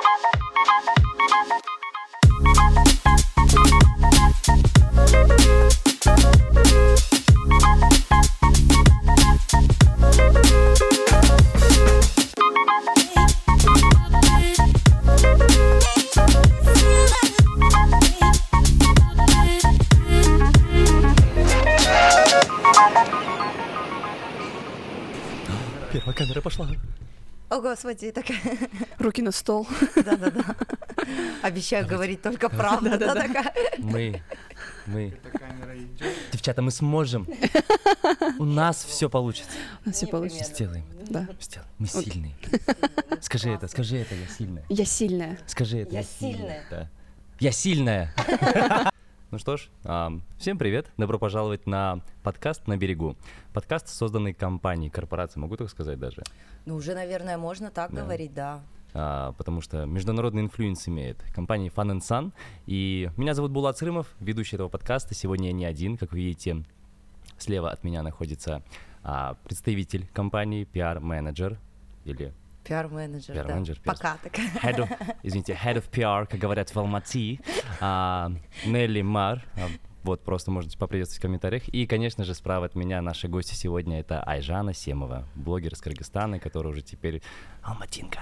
Первая камера пошла. О, Господи, так... Руки на стол. Да-да-да. Обещаю говорить только правду. Да-да-да. Мы. Девчата, мы сможем. У нас все получится. У нас все получится. Сделаем. Да. Сделаем. Мы сильные. Скажи это, я сильная. Я сильная. Скажи это, Я сильная. Да. Я сильная. Ну что ж, всем привет. Добро пожаловать на подкаст «На берегу». Подкаст, созданный компанией, корпорацией, могу так сказать даже. Ну, уже, наверное, можно так говорить, да. Потому что международный инфлюенс имеет компания Fun & Sun. И меня зовут Булат Сырымов, ведущий этого подкаста. Сегодня я не один, как вы видите. Слева от меня находится представитель компании, пиар-менеджер или... Пиар-менеджер, да. Пиар-менеджер, Пока так. Head of PR, как говорят в Алматы. Нелли Мар. Вот, просто можете поприветствовать в комментариях. И, конечно же, справа от меня наши гости сегодня — это Айжан Асемова, блогер из Кыргызстана, который уже теперь алматинка.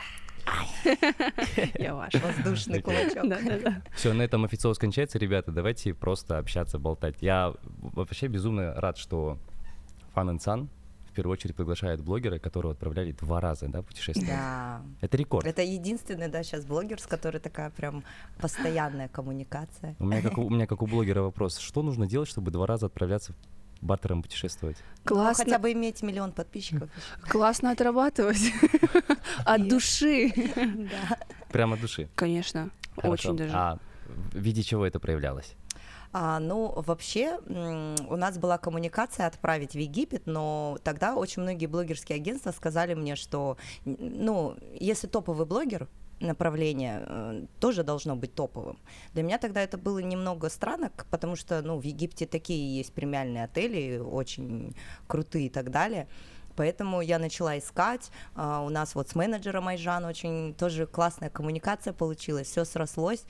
Я ваш. Воздушный кулачок. Да. Все, на этом официоз кончается, ребята. Давайте просто общаться, болтать. Я вообще безумно рад, что Fun & Sun в первую очередь приглашает блогера, которого отправляли 2 раза, да, путешествовать. Да. Это рекорд. Это единственный, да, сейчас блогер, с которой такая прям постоянная коммуникация. У меня как у блогера вопрос. Что нужно делать, чтобы 2 раза отправляться бартером путешествовать? Классно. Ну, хотя бы иметь 1 миллион подписчиков. Классно отрабатывать. От души. Да. Прямо от души. Конечно. Хорошо. Очень даже. А в виде чего это проявлялось? Ну, вообще, у нас была коммуникация отправить в Египет, но тогда очень многие блогерские агентства сказали мне, что, ну, если топовый блогер, направление тоже должно быть топовым. Для меня тогда это было немного странно, потому что, ну, в Египте такие есть премиальные отели, очень крутые и так далее. Поэтому я начала искать. У нас вот с менеджером Айжан очень тоже классная коммуникация получилась, все срослось.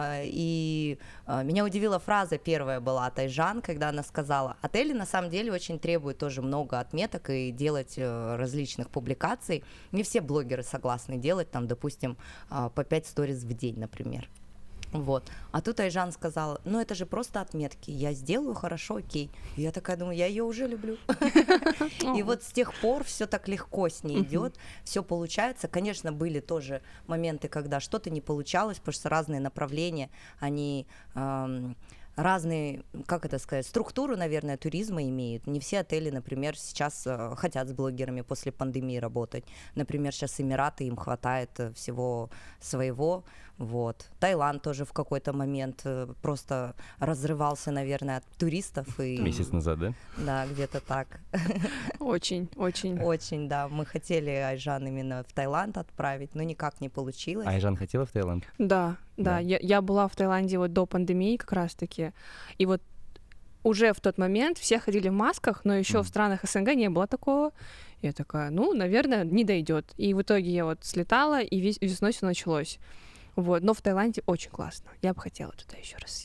И меня удивила фраза первая была от Айжан, когда она сказала: отели на самом деле очень требуют тоже много отметок и делать различных публикаций. Не все блогеры согласны делать, там, допустим, по 5 сториз в день, например. Вот. А тут Айжан сказала: ну это же просто отметки, я сделаю, хорошо, окей. И я такая думаю, я ее уже люблю. И вот с тех пор все так легко с ней идет, все получается. Конечно, были тоже моменты, когда что-то не получалось, потому что разные направления, они разные, как это сказать, структуру, наверное, туризма имеют. Не все отели, например, сейчас хотят с блогерами после пандемии работать. Например, сейчас Эмираты, им хватает всего своего. Вот. Таиланд тоже в какой-то момент просто разрывался, наверное, от туристов. И... Месяц назад, да? Да, где-то так. Очень. Очень, да. Мы хотели Айжан именно в Таиланд отправить, но никак не получилось. Айжан хотела в Таиланд? Да. Я была в Таиланде вот до пандемии как раз-таки. И вот уже в тот момент все ходили в масках, но еще в странах СНГ не было такого. Я такая, ну, наверное, не дойдет. И в итоге я вот слетала, и весной все началось. Вот, но в Таиланде очень классно. Я бы хотела туда еще раз,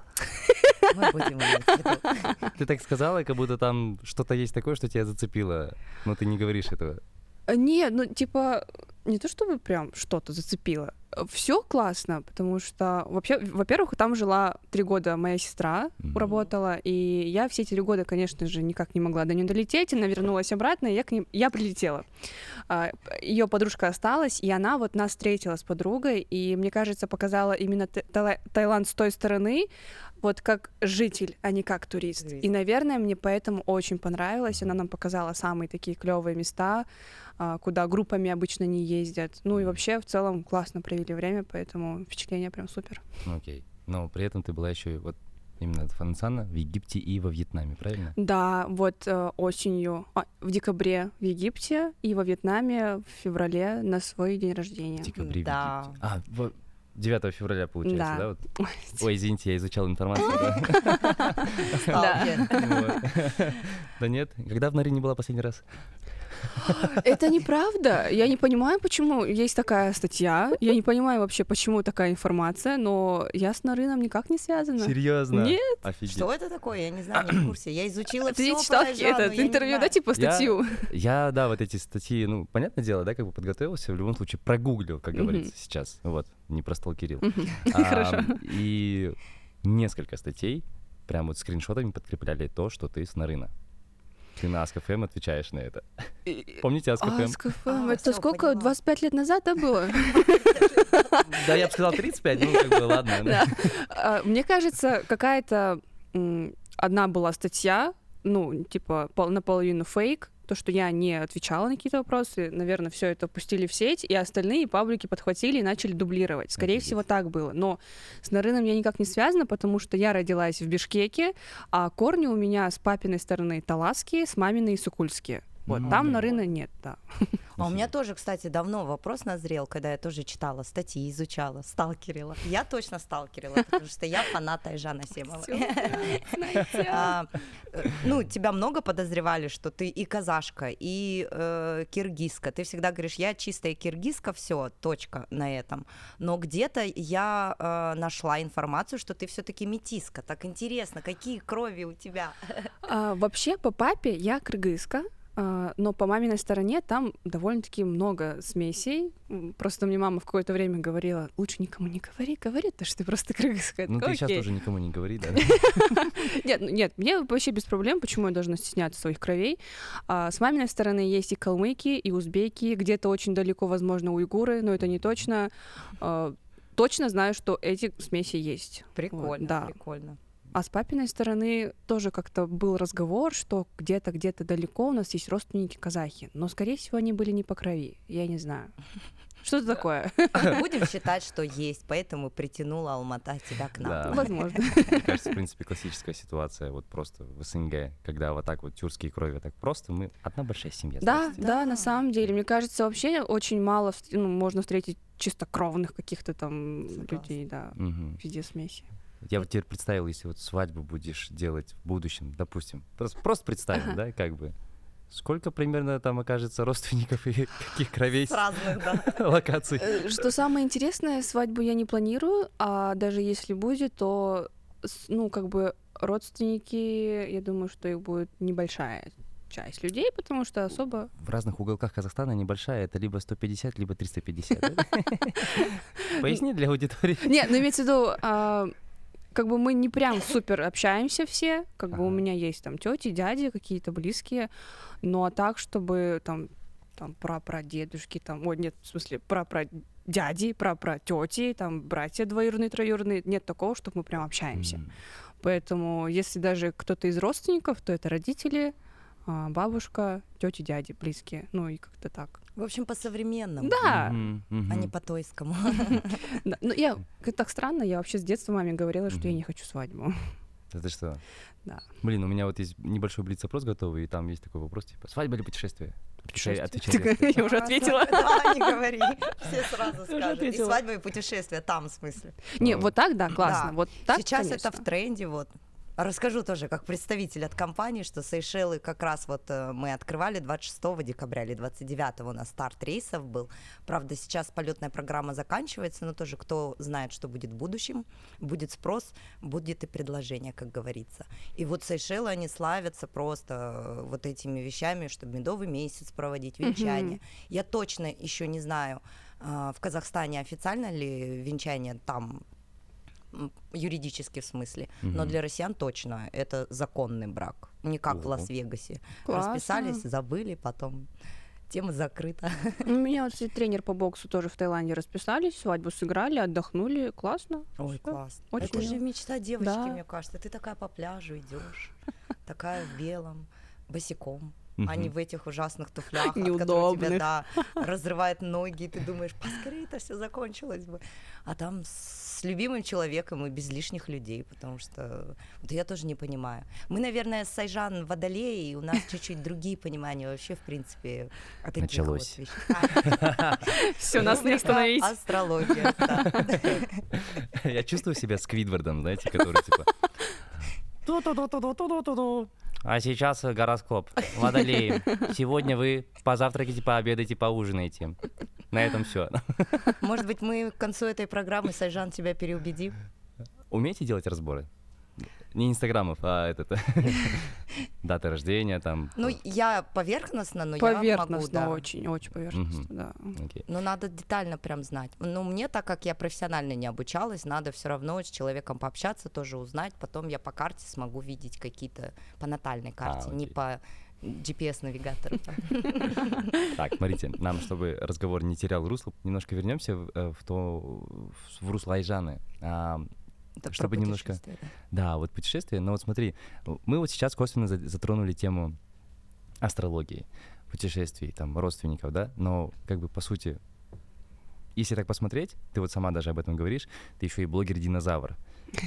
Мы будем иметь в виду. Ты так сказала, как будто там что-то есть такое, что тебя зацепило, но ты не говоришь этого. Не, ну, типа, не то чтобы прям что-то зацепило. Все классно, потому что, вообще, во-первых, там жила 3 года моя сестра, работала, и я все эти 3 года, конечно же, никак не могла до нее долететь. Она вернулась обратно, и я прилетела. Ее подружка осталась, и она вот нас встретила с подругой, и, мне кажется, показала именно Таиланд с той стороны, вот как житель, а не как турист. И, наверное, мне поэтому очень понравилось. Она нам показала самые такие клевые места, куда группами обычно не ездят. Ну и вообще в целом классно провели время, поэтому впечатление прям супер. Окей. Но при этом ты была еще вот именно от Fun & Sun в Египте и во Вьетнаме, правильно? Да, вот осенью, в декабре в Египте и во Вьетнаме в феврале на свой день рождения. В декабре Да. в Египте. 9 февраля, получается, да? Вот? Ой, Ой, извините, я изучал информацию. Сталкер. Да нет? Когда в Наре не была последний раз? Это неправда. Я не понимаю, почему есть такая статья. Я не понимаю вообще, почему такая информация, но я с Нарыном никак не связана. Серьезно? Нет. Офигеть. Что это такое? Я не знаю, не в курсе. Я изучила Ты все не читал про Айжану, это я не интервью, да, знаю. типа статью? Я, да, вот эти статьи, ну, понятное дело, да, как бы подготовился, в любом случае прогуглил, как Мгм. говорится сейчас, вот, не просталкерил. Хорошо. И несколько статей прям вот скриншотами подкрепляли то, что ты с Нарына. Ты на Ask.fm отвечаешь на это. Помните Ask.fm? Ask.fm. А, Это всё, сколько? поняла. 25 лет назад, да, было? Да, я бы сказал 35, ну, как бы, ладно. Да. Мне кажется, какая-то одна была статья, ну, типа, наполовину фейк, то, что я не отвечала на какие-то вопросы, наверное, все это пустили в сеть, и остальные паблики подхватили и начали дублировать. Скорее всего, так было. Но с Нарыном я никак не связана, потому что я родилась в Бишкеке, а корни у меня с папиной стороны таласские, с маминой сукульские. Вот, там Нарына нет, да. А у меня тоже, кстати, давно вопрос назрел, когда я тоже читала статьи, изучала, сталкерила. Я точно сталкерила, потому что я фанат Айжаны Семовой. Ну, тебя много подозревали, что ты и казашка, и киргизка. Ты всегда говоришь, я чистая киргизка, все, точка на этом. Но где-то я нашла информацию, что ты все-таки метиска. Так интересно, какие крови у тебя? Вообще, по папе я кыргызка, но по маминой стороне там довольно-таки много смесей. Просто мне мама в какое-то время говорила, лучше никому не говори, то что ты просто кыргызская. Ну, ты сейчас Окей. тоже никому не говори, да? Нет, мне вообще без проблем, почему я должна стесняться своих кровей. С маминой стороны есть и калмыки, и узбеки, где-то очень далеко, возможно, уйгуры, но это не точно. Точно знаю, что эти смеси есть. Прикольно, Вот, да. прикольно. А с папиной стороны тоже как-то был разговор, что где-то далеко у нас есть родственники казахи, но, скорее всего, они были не по крови, я не знаю. Что это такое? Будем считать, что есть, поэтому притянула Алмата тебя к нам. Да. Возможно. Мне кажется, в принципе, классическая ситуация вот просто в СНГ, когда вот так вот тюркские крови так просто, мы одна большая семья. Да, здравствуйте. да, на самом деле. Мне кажется, вообще очень мало можно встретить чистокровных каких-то там Согласна. людей, да, Мгм. везде смеси. Я вот теперь представил, если вот свадьбу будешь делать в будущем, допустим, просто представим, да, как бы, сколько примерно там окажется родственников и каких кровей С разных, да. локаций. Что самое интересное, свадьбу я не планирую, а даже если будет, то, ну, как бы родственники, я думаю, что их будет небольшая часть людей, потому что особо... В разных уголках Казахстана небольшая, это либо 150, либо 350. да? Поясни для аудитории. Нет, ну имеется в виду, как бы мы не прям супер общаемся все, как бы у меня есть там тети, дяди какие-то близкие, но так, чтобы там прапрадедушки, там, ой, нет, в смысле, прапрадяди, прапратети, там, братья двоюродные, троюродные, нет такого, чтобы мы прям общаемся. Поэтому, если даже кто-то из родственников, то это родители, бабушка, тети, дяди, близкие, ну и как-то так. В общем, по-современному, Да, а не по-тойскому. да. Ну я, так странно, я вообще с детства маме говорила, что я не хочу свадьбу. Это что? Да. Блин, у меня вот есть небольшой блиц-опрос готовый, и там есть такой вопрос, типа, свадьба или путешествие? Путешествие. Отвечай резко. Я уже ответила. Да, не говори. Все сразу скажут. И ответила. свадьба, и путешествие там, в смысле. Не, вот так, да, классно. Да. Вот так, Сейчас конечно. это в тренде, вот. Расскажу тоже, как представитель от компании, что Сейшелы как раз вот мы открывали 26 декабря или 29 у нас старт рейсов был. Правда, сейчас полетная программа заканчивается, но тоже кто знает, что будет в будущем. Будет спрос, будет и предложение, как говорится. И вот Сейшелы, они славятся просто вот этими вещами, чтобы медовый месяц проводить, венчание. Я точно еще не знаю, в Казахстане официально ли венчание там, юридически в смысле, но для россиян точно это законный брак, не как в Ого. Лас-Вегасе. Классно. Расписались, забыли, потом тема закрыта. У меня вот кстати, тренер по боксу тоже в Таиланде расписались, свадьбу сыграли, отдохнули, классно. Ой, Всё. классно. Очень Это же мило. мечта девочки, Да. мне кажется. Ты такая по пляжу идешь, такая в белом, босиком. Мгм. А не в этих ужасных туфлях, от которых Неудобных. тебя, да, разрывает ноги, и ты думаешь, поскорее это все закончилось бы. А там с любимым человеком и без лишних людей, потому что вот я тоже не понимаю. Мы, наверное, с Айжан водолеи, и у нас чуть-чуть другие понимания вообще, в принципе, о таких Началось. вот вещах. Все, нас не Рубрика остановить. Астрология, да. Я чувствую себя Сквидвардом, знаете, который типа... «Ту-ту-ту-ту-ту-ту-ту-ту». А сейчас гороскоп. Водолеи. Сегодня вы позавтракаете, пообедаете, поужинаете. На этом все. Может быть, мы к концу этой программы, Сайжан, тебя переубедим? Умеете делать разборы? Не инстаграмов, а даты рождения там. Ну, я поверхностно, но я могу, Поверхностно, да. очень поверхностно, да. Окей. Но надо детально прям знать. Ну, мне, так как я профессионально не обучалась, надо все равно с человеком пообщаться, тоже узнать. Потом я по карте смогу видеть какие-то, по натальной карте, не окей. по GPS-навигатору. Так, смотрите, нам, чтобы разговор не терял русло, немножко вернемся в русло Айжаны. Это Чтобы про немножко- путешествие, да. Да, вот путешествие, но вот смотри, мы вот сейчас косвенно затронули тему астрологии, путешествий, там, родственников, да, но как бы по сути, если так посмотреть, ты вот сама даже об этом говоришь, ты еще и блогер-динозавр.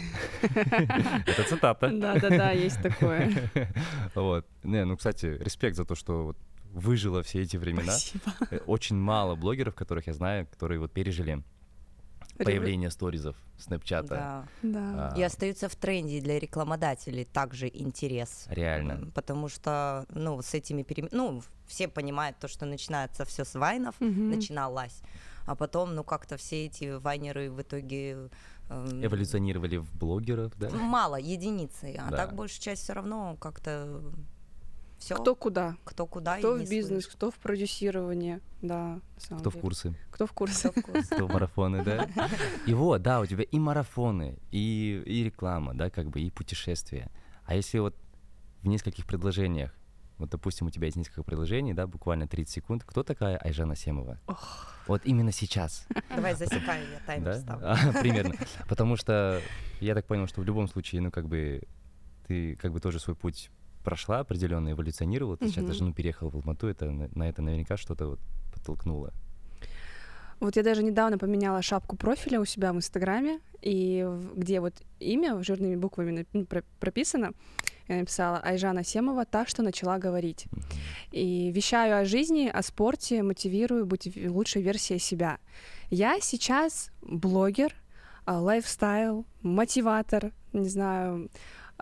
Это цитата. Да, есть такое. Вот. Не, ну, кстати, респект за то, что вот выжила все эти времена. Спасибо. Очень мало блогеров, которых я знаю, которые вот пережили появление сторизов, снэпчата. Да. Да. И остаются в тренде для рекламодателей также интерес. Реально. Потому что, ну, с этими ну, все понимают то, что начинается все с вайнов, Мгм. начиналось, а потом, ну, как-то все эти вайнеры в итоге... Эволюционировали в блогеров, да? Мало, единицы, а Да. так большая часть все равно как-то все, Кто куда? кто куда Кто и не в бизнес, слышит. кто в продюсирование, да. на самом Кто в деле. курсы, Кто в курсе. Кто в курсе. кто в марафоны, да? И вот, да, у тебя и марафоны, и реклама, да, как бы, и путешествия. А если вот в нескольких предложениях, вот, допустим, у тебя есть несколько предложений, да, буквально 30 секунд, кто такая Айжана Семова? Вот именно сейчас. Давай засекаем, я таймер Да? ставлю. Примерно. Потому что я так понял, что в любом случае, ну, как бы, ты как бы тоже свой путь прошла определенно, эволюционировала. Ты сейчас Мгм. даже, ну, переехала в Алмату, это на это наверняка что-то вот подтолкнуло. Вот я даже недавно поменяла шапку профиля у себя в Инстаграме, и где вот имя жирными буквами прописано, я написала Айжана Семова, та, что начала говорить. Мгм. И вещаю о жизни, о спорте, мотивирую быть лучшей версией себя. Я сейчас блогер, лайфстайл, мотиватор, не знаю,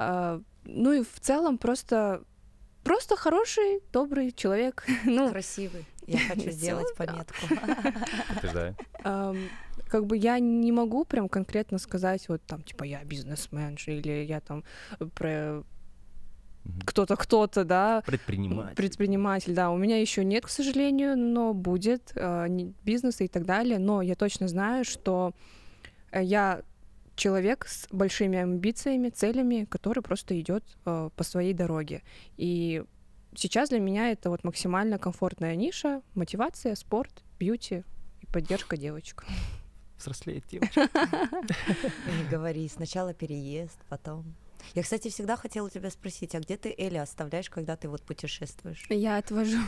ну и в целом просто хороший, добрый человек. Ну, Красивый. Я хочу сделать пометку. Подтверждаю. как бы я не могу прям конкретно сказать, вот там, типа, я бизнесмен, или я там про Мгм. кто-то, да, Предприниматель. предприниматель, да, у меня еще нет, к сожалению, но будет бизнес и так далее, но я точно знаю, что я человек с большими амбициями, целями, который просто идет по своей дороге. И сейчас для меня это вот максимально комфортная ниша, мотивация, спорт, бьюти и поддержка девочек. Взрослеет девочка. Не говори, сначала переезд, потом. Я, кстати, всегда хотела у тебя спросить, а где ты Эли оставляешь, когда ты вот путешествуешь? Я отвожу.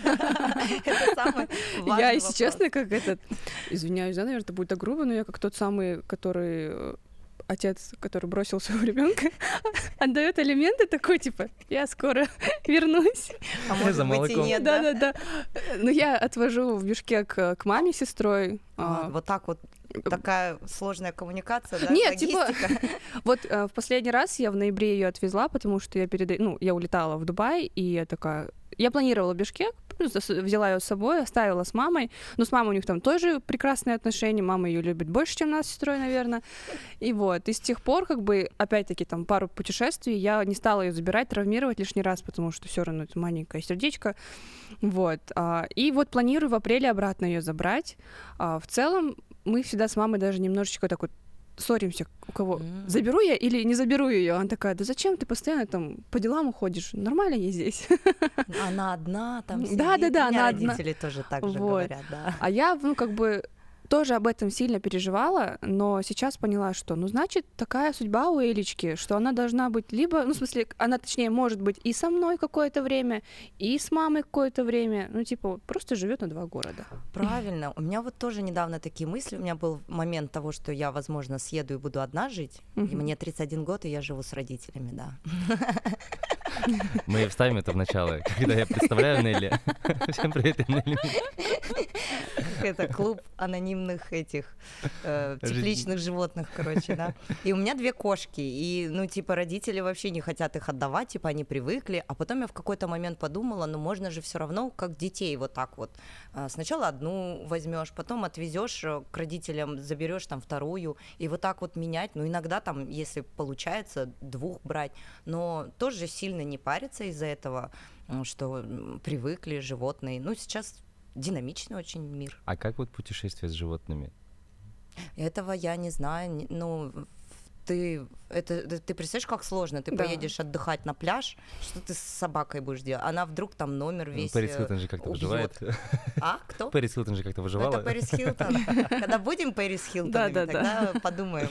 Это самый важный Я, если вопрос. честно, как этот... Извиняюсь, да, наверное, это будет так грубо, но я как тот самый, который... Отец, который бросил своего ребенка, отдает алименты, такой, типа, я скоро вернусь. А может За быть и молоком. нет, да? Да. Но я отвожу в Бишкек к маме с сестрой. Вот так вот такая сложная коммуникация, да? Нет, типа, логистика. Вот в последний раз я в ноябре ее отвезла, потому что я улетала в Дубай, и я такая... Я планировала Бишкек, взяла ее с собой, оставила с мамой. Но с мамой у них там тоже прекрасные отношения. Мама ее любит больше, чем нас с сестрой, наверное. И вот. И с тех пор, как бы, опять-таки, там пару путешествий, я не стала ее забирать, травмировать лишний раз, потому что все равно это маленькое сердечко. Вот. И вот планирую в апреле обратно ее забрать. В целом, мы всегда с мамой даже немножечко так вот ссоримся, у кого заберу я или не заберу ее. Она такая, да зачем ты постоянно там по делам уходишь? Нормально я здесь. Она одна там сидит. Да, У меня она одна. родители тоже так же Вот. говорят, да. А я, как бы тоже об этом сильно переживала, но сейчас поняла, что, значит, такая судьба у Элечки, что она должна быть либо, в смысле, она, точнее, может быть и со мной какое-то время, и с мамой какое-то время, просто живет на 2 города. Правильно. У меня вот тоже недавно такие мысли. У меня был момент того, что я, возможно, съеду и буду одна жить. И Мгм. мне 31 год, и я живу с родителями, да. Мы вставим это в начало, когда я представляю Нелли. Всем привет, я Нелли. это клуб анонимных этих тепличных животных, короче, да. И у меня 2 кошки, и, ну, типа, родители вообще не хотят их отдавать, типа, они привыкли, а потом я в какой-то момент подумала, ну, можно же все равно, как детей, вот так вот. Сначала одну возьмешь, потом отвезешь к родителям, заберешь там вторую, и вот так вот менять, ну, иногда там, если получается, 2 брать, но тоже сильно не париться из-за этого, что привыкли животные. Ну, сейчас динамичный очень мир. А как вот путешествия с животными? Этого я не знаю. Ну, ты представляешь, как сложно? Ты поедешь отдыхать на пляж, что ты с собакой будешь делать? Она вдруг там номер весь Пэрис Хилтон же как-то выживает. А? Кто? Пэрис Хилтон же как-то выживала. Это Пэрис Хилтон. Когда будем Пэрис Хилтонами, тогда подумаем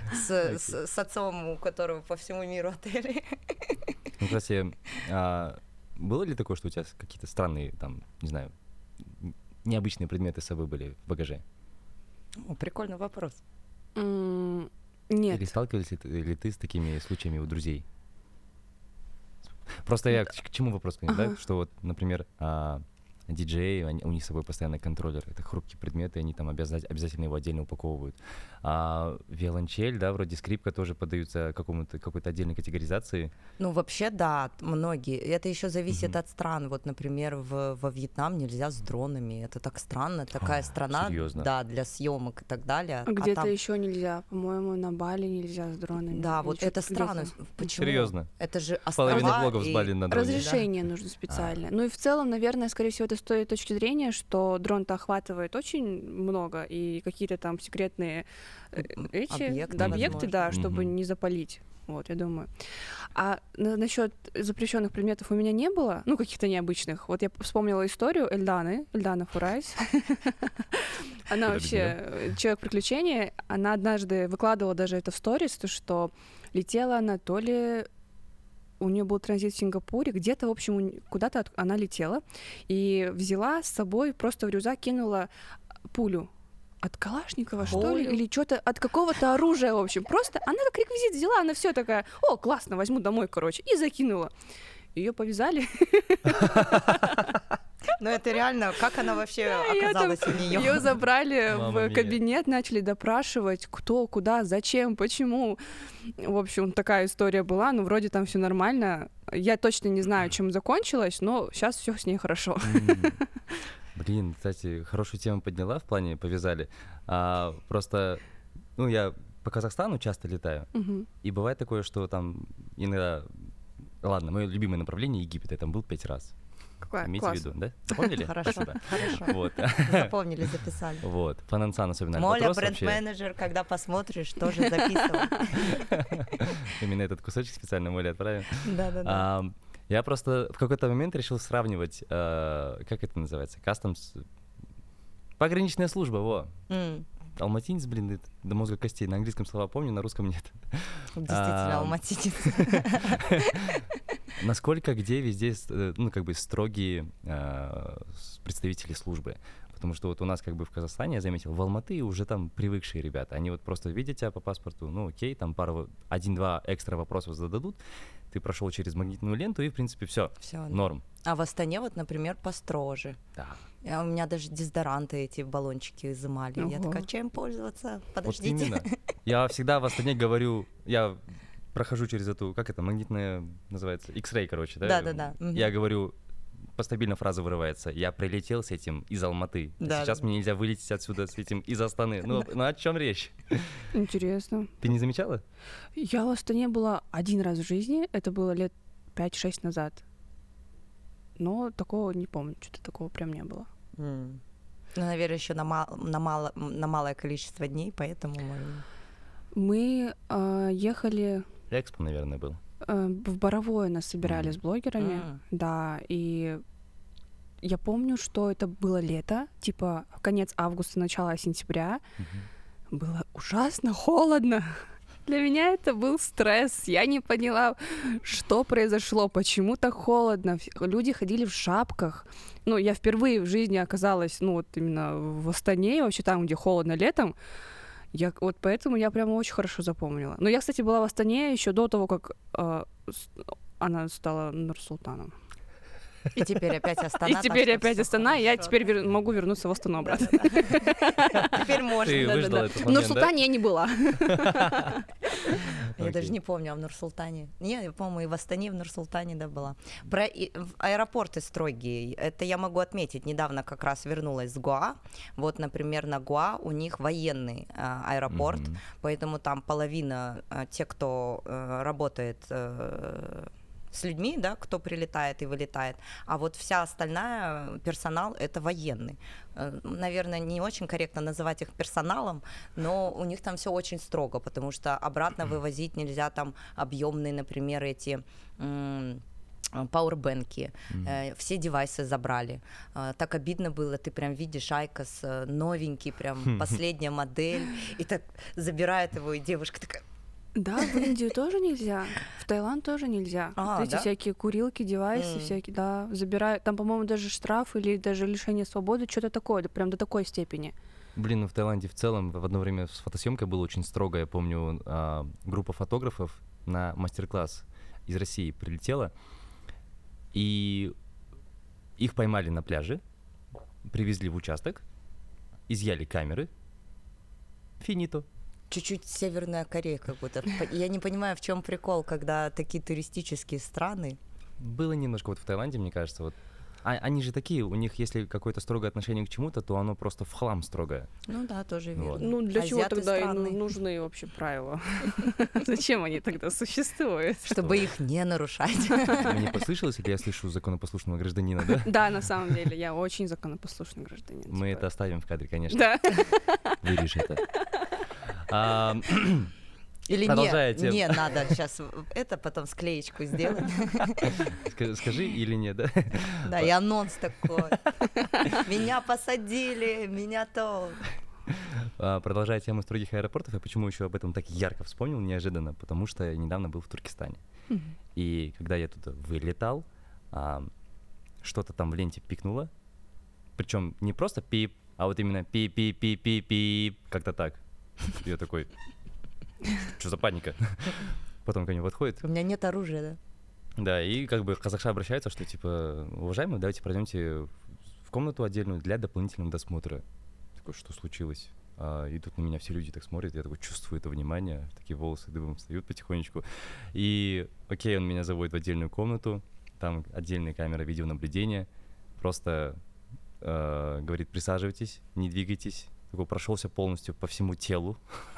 с отцом, у которого по всему миру отели. Ну, кстати, было ли такое, что у тебя какие-то странные, там, не знаю, необычные предметы с собой были в багаже? Прикольный вопрос. Нет. Или сталкивались ли ты с такими случаями у друзей? Просто я к чему вопрос, да? Что вот, например, диджеи, у них с собой постоянно контроллер, это хрупкие предметы, они там обязательно его отдельно упаковывают. А виолончель, да, вроде скрипка тоже поддаются какой-то отдельной категоризации. Ну, вообще, да, многие. Это еще зависит от стран. Вот, например, во Вьетнам нельзя с дронами. Это так странно. Такая страна, серьезно? Да, для съемок и так далее. А где-то там... еще нельзя. По-моему, на Бали нельзя с дронами. Да, вот это странно. Почему? Серьезно? Это же острова. Половина влогов с Бали на дроне. Разрешение нужно специальное. Ну и в целом, наверное, скорее всего, это с той точки зрения, что дрон-то охватывает очень много, и какие-то там секретные объекты, да, чтобы не запалить. Вот, я думаю. А насчет запрещенных предметов у меня не было, ну, каких-то необычных. Вот я вспомнила историю Эльдана Фурайс. Она вообще человек приключений. Она однажды выкладывала даже это в сторис, то, что летела она то ли... У нее был транзит в Сингапуре, где-то, в общем, куда-то она летела и взяла с собой, просто в рюкзак кинула пулю. От Калашникова, что ли? Или что-то от какого-то оружия, в общем. Просто она как реквизит взяла, она все такая, о, классно, возьму домой, короче, и закинула. Ее повязали. Ну это реально, как она вообще оказалась у нее? Ее забрали в кабинет, начали допрашивать, кто, куда, зачем, почему. В общем, такая история была, но вроде там все нормально. Я точно не знаю, чем закончилось, но сейчас все с ней хорошо. Блин, кстати, хорошую тему подняла в плане повязали. Просто, ну, я по Казахстану часто летаю, и бывает такое, что там иногда... Ладно, мое любимое направление Египет, я там был 5 раз. Имейте в виду, да? Запомнили? Хорошо. Вот. Запомнили, записали. Вот. Фанансан особенно. Моля, бренд-менеджер, когда посмотришь, тоже записывай. Именно этот кусочек специально Моле отправим. Да. Я просто в какой-то момент решил сравнивать, как это называется, customs, пограничная служба, во. Алматинец, блин, до мозга костей. На английском слова помню, на русском нет. Действительно, алматинец. Насколько где везде, ну, как бы строгие представители службы. Потому что вот у нас как бы в Казахстане, я заметил, в Алматы уже там привыкшие ребята. Они вот просто видят тебя по паспорту, ну окей, там один-два экстра вопросов зададут, ты прошел через магнитную ленту и, в принципе, все, норм. А в Астане вот, например, построже. Да. У меня даже дезодоранты эти баллончики изымали. Я такая, чем пользоваться? Подождите. Вот именно. Я всегда в Астане говорю, я прохожу через эту, как это, магнитная, называется, X-ray, короче, да? Да. Я говорю, стабильно фраза вырывается, я прилетел с этим из Алматы, сейчас мне нельзя вылететь отсюда с этим из Астаны. Ну о чем речь? Интересно. Ты не замечала? Я в Астане была один раз в жизни, это было лет 5-6 назад. Но такого не помню, что-то такого прям не было. Ну, наверное, еще на малое количество дней, поэтому... Мы ехали... Экспо, наверное, был. В Боровое нас собирали с блогерами, да, и я помню, что это было лето, типа конец августа, начало сентября. Было ужасно холодно. Для меня это был стресс. Я не поняла, что произошло, почему так холодно. Люди ходили в шапках. Ну, я впервые в жизни оказалась, ну, вот именно в Астане, вообще там, где холодно летом. Вот поэтому я прямо очень хорошо запомнила. Но я, кстати, была в Астане еще до того, как она стала Нур-Султаном. И теперь опять Астана. И теперь опять Астана, и я теперь могу вернуться в Астану обратно. Теперь можно. Ты выждала этот В момент, да? Нур-Султане я не была. Я даже Окей. не помню, а в Нур-Султане. Не, я, по-моему, и в Астане, и в Нур-Султане, да, была. Про аэропорты строгие. Это я могу отметить. Недавно как раз вернулась с Гоа. Вот, например, на Гоа у них военный аэропорт, Мгм. поэтому там половина те, кто работает с людьми, да, кто прилетает и вылетает, а вот вся остальная персонал — это военный. Наверное, не очень корректно называть их персоналом, но у них там все очень строго, потому что обратно вывозить нельзя, там объемные, например, эти пауэрбэнки, все девайсы забрали. Так обидно было, ты прям видишь Айкос новенький, прям последняя модель, и так забирает его, и девушка такая: Да, в Индию тоже нельзя, в Таиланд тоже нельзя. А, Вот эти да? всякие курилки, девайсы всякие, да, забирают. Там, по-моему, даже штраф или даже лишение свободы, что-то такое, да, прям до такой степени. Блин, ну в Таиланде в целом в одно время с фотосъемкой было очень строго. Я помню, группа фотографов на мастер-класс из России прилетела, и их поймали на пляже, привезли в участок, изъяли камеры. Финито. чуть-чуть Северная Корея как будто. Я не понимаю, в чем прикол, когда такие туристические страны. Было немножко вот в Таиланде, мне кажется, вот. Они же такие, у них, если какое-то строгое отношение к чему-то, то оно просто в хлам строгое. Ну да, тоже верно. Вот. Ну, для чего Азиаты тогда и странные. нужны вообще правила? Зачем они тогда существуют? Чтобы их не нарушать. Мне послышалось, или я слышу законопослушного гражданина, да? Да, на самом деле, я очень законопослушный гражданин. Мы типа. это оставим в кадре, конечно. Да. Вырежь это. А, Или Продолжая не, тему. не надо сейчас это потом склеечку сделать. Скажи или нет, да? Да, и анонс такой. Меня посадили, меня то. Продолжая тему строгих аэропортов, я почему еще об этом так ярко вспомнил, неожиданно, потому что я недавно был в Туркестане. И когда я туда вылетал, что-то там в ленте пикнуло, причем не просто пип, а вот именно пип-пип-пип-пип-пип, как-то так. Я такой, что за паника? Потом ко мне подходит, У меня нет оружия, да? да, и как бы казахша обращается, что типа, уважаемый, давайте пройдемте в комнату отдельную для дополнительного досмотра. Такой, что случилось? И тут на меня все люди так смотрят, я такой чувствую это внимание, такие волосы дыбом встают потихонечку. И окей, он меня заводит в отдельную комнату, там отдельная камера видеонаблюдения, просто говорит, присаживайтесь, не двигайтесь. Такой прошелся полностью по всему телу,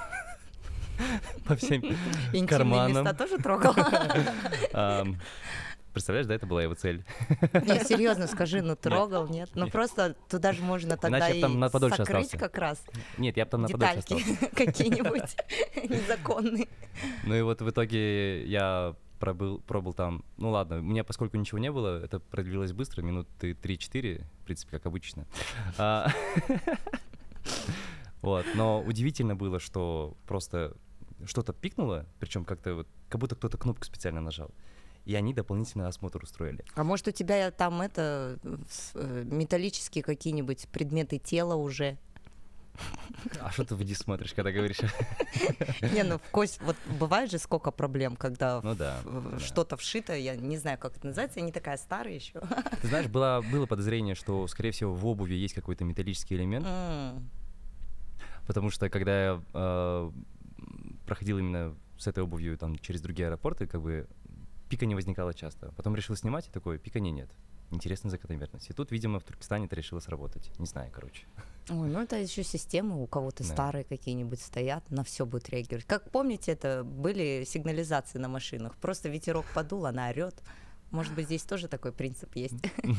по всем Интимные карманам. места тоже трогал? Представляешь, да, это была его цель. Не, серьезно скажи, ну трогал, нет? Ну Нет. просто туда же можно тогда Иначе я и там на подольше сокрыть остался. как раз Нет, я бы там на подольше детальки остался. какие-нибудь незаконные. Ну и вот в итоге я пробыл там, ну ладно, у меня поскольку ничего не было, это продлилось быстро, минуты 3-4, в принципе, как обычно. Вот, но удивительно было, что просто что-то пикнуло, причем как-то вот, как будто кто-то кнопку специально нажал. И они дополнительный осмотр устроили. А может у тебя там металлические какие-нибудь предметы тела уже? А что ты в Ди смотришь, когда говоришь? Не, ну в кость, вот бывает же сколько проблем, когда Ну да, да. что-то вшито, я не знаю, как это называется, я не такая старая еще. Ты знаешь, было подозрение, что, скорее всего, в обуви есть какой-то металлический элемент, потому что когда я проходил именно с этой обувью там через другие аэропорты, как бы пика не возникало часто. Потом решил снимать, и такой, пикания нет. Интересная закономерность. И тут, видимо, в Туркестане это решило сработать. Не знаю, короче. Ой, ну это еще системы у кого-то Да. старые какие-нибудь стоят, на все будет реагировать. Как помните, это были сигнализации на машинах. Просто ветерок подул, она орет. Может быть, здесь тоже такой принцип есть.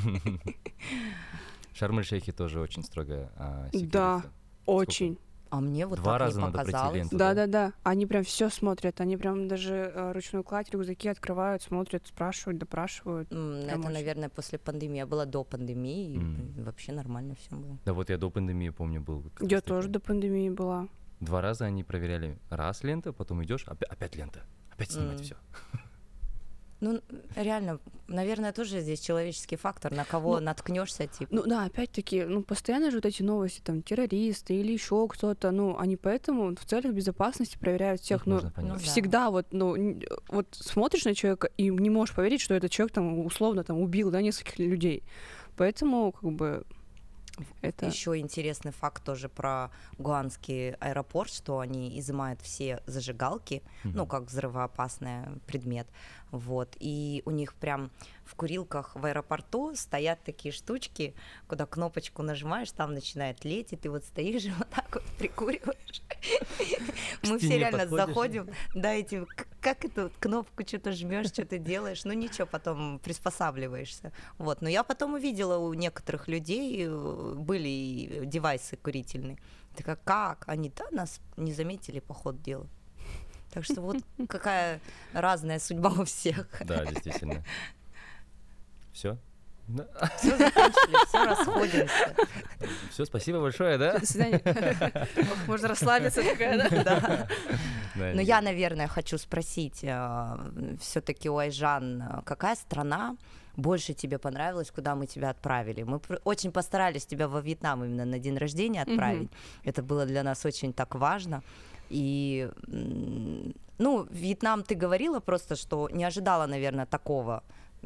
В Шарм-эль-Шейхе тоже очень строгая Да, очень. А мне вот 2 так раза не надо пройти показалось. ленту. Да-да-да, они прям все смотрят, они прям даже ручную кладь, рюкзаки открывают, смотрят, спрашивают, допрашивают. Прям Это, очень. наверное, после пандемии. Я была до пандемии, и М. вообще нормально все было. Да вот я до пандемии, помню, был. как Я раз таки. тоже до пандемии была. 2 раза они проверяли. Раз лента, потом идешь, опять лента. Опять снимать М. все. Ну, реально, наверное, тоже здесь человеческий фактор, на кого наткнешься, типа. Ну да, опять-таки, постоянно же вот эти новости, там, террористы или еще кто-то, они поэтому в целях безопасности проверяют всех, Их можно понять. всегда вот смотришь на человека и не можешь поверить, что этот человек там условно там убил, да, нескольких людей. Поэтому, как бы, это... Еще интересный факт тоже про Гуанский аэропорт, что они изымают все зажигалки, как взрывоопасный предмет, вот, и у них прям в курилках в аэропорту стоят такие штучки, куда кнопочку нажимаешь, там начинает леть, и ты вот стоишь и вот так вот прикуриваешь. Мы все реально заходим, да, как эту кнопку что-то жмешь, что ты делаешь, ничего, потом приспосабливаешься, вот, но я потом увидела у некоторых людей были и девайсы курительные, такая, как? Они, нас не заметили по ходу дела. Так что вот какая разная судьба у всех. Да, действительно. Все? Все закончили, все расходимся. Все, спасибо большое, да? До свидания. Можно расслабиться такая, да? Да. Но я, наверное, хочу спросить, все-таки у Айжан, какая страна больше тебе понравилась, куда мы тебя отправили? Мы очень постарались тебя во Вьетнам именно на день рождения отправить. Это было для нас очень так важно. И, Вьетнам ты говорила просто, что не ожидала, наверное, такого,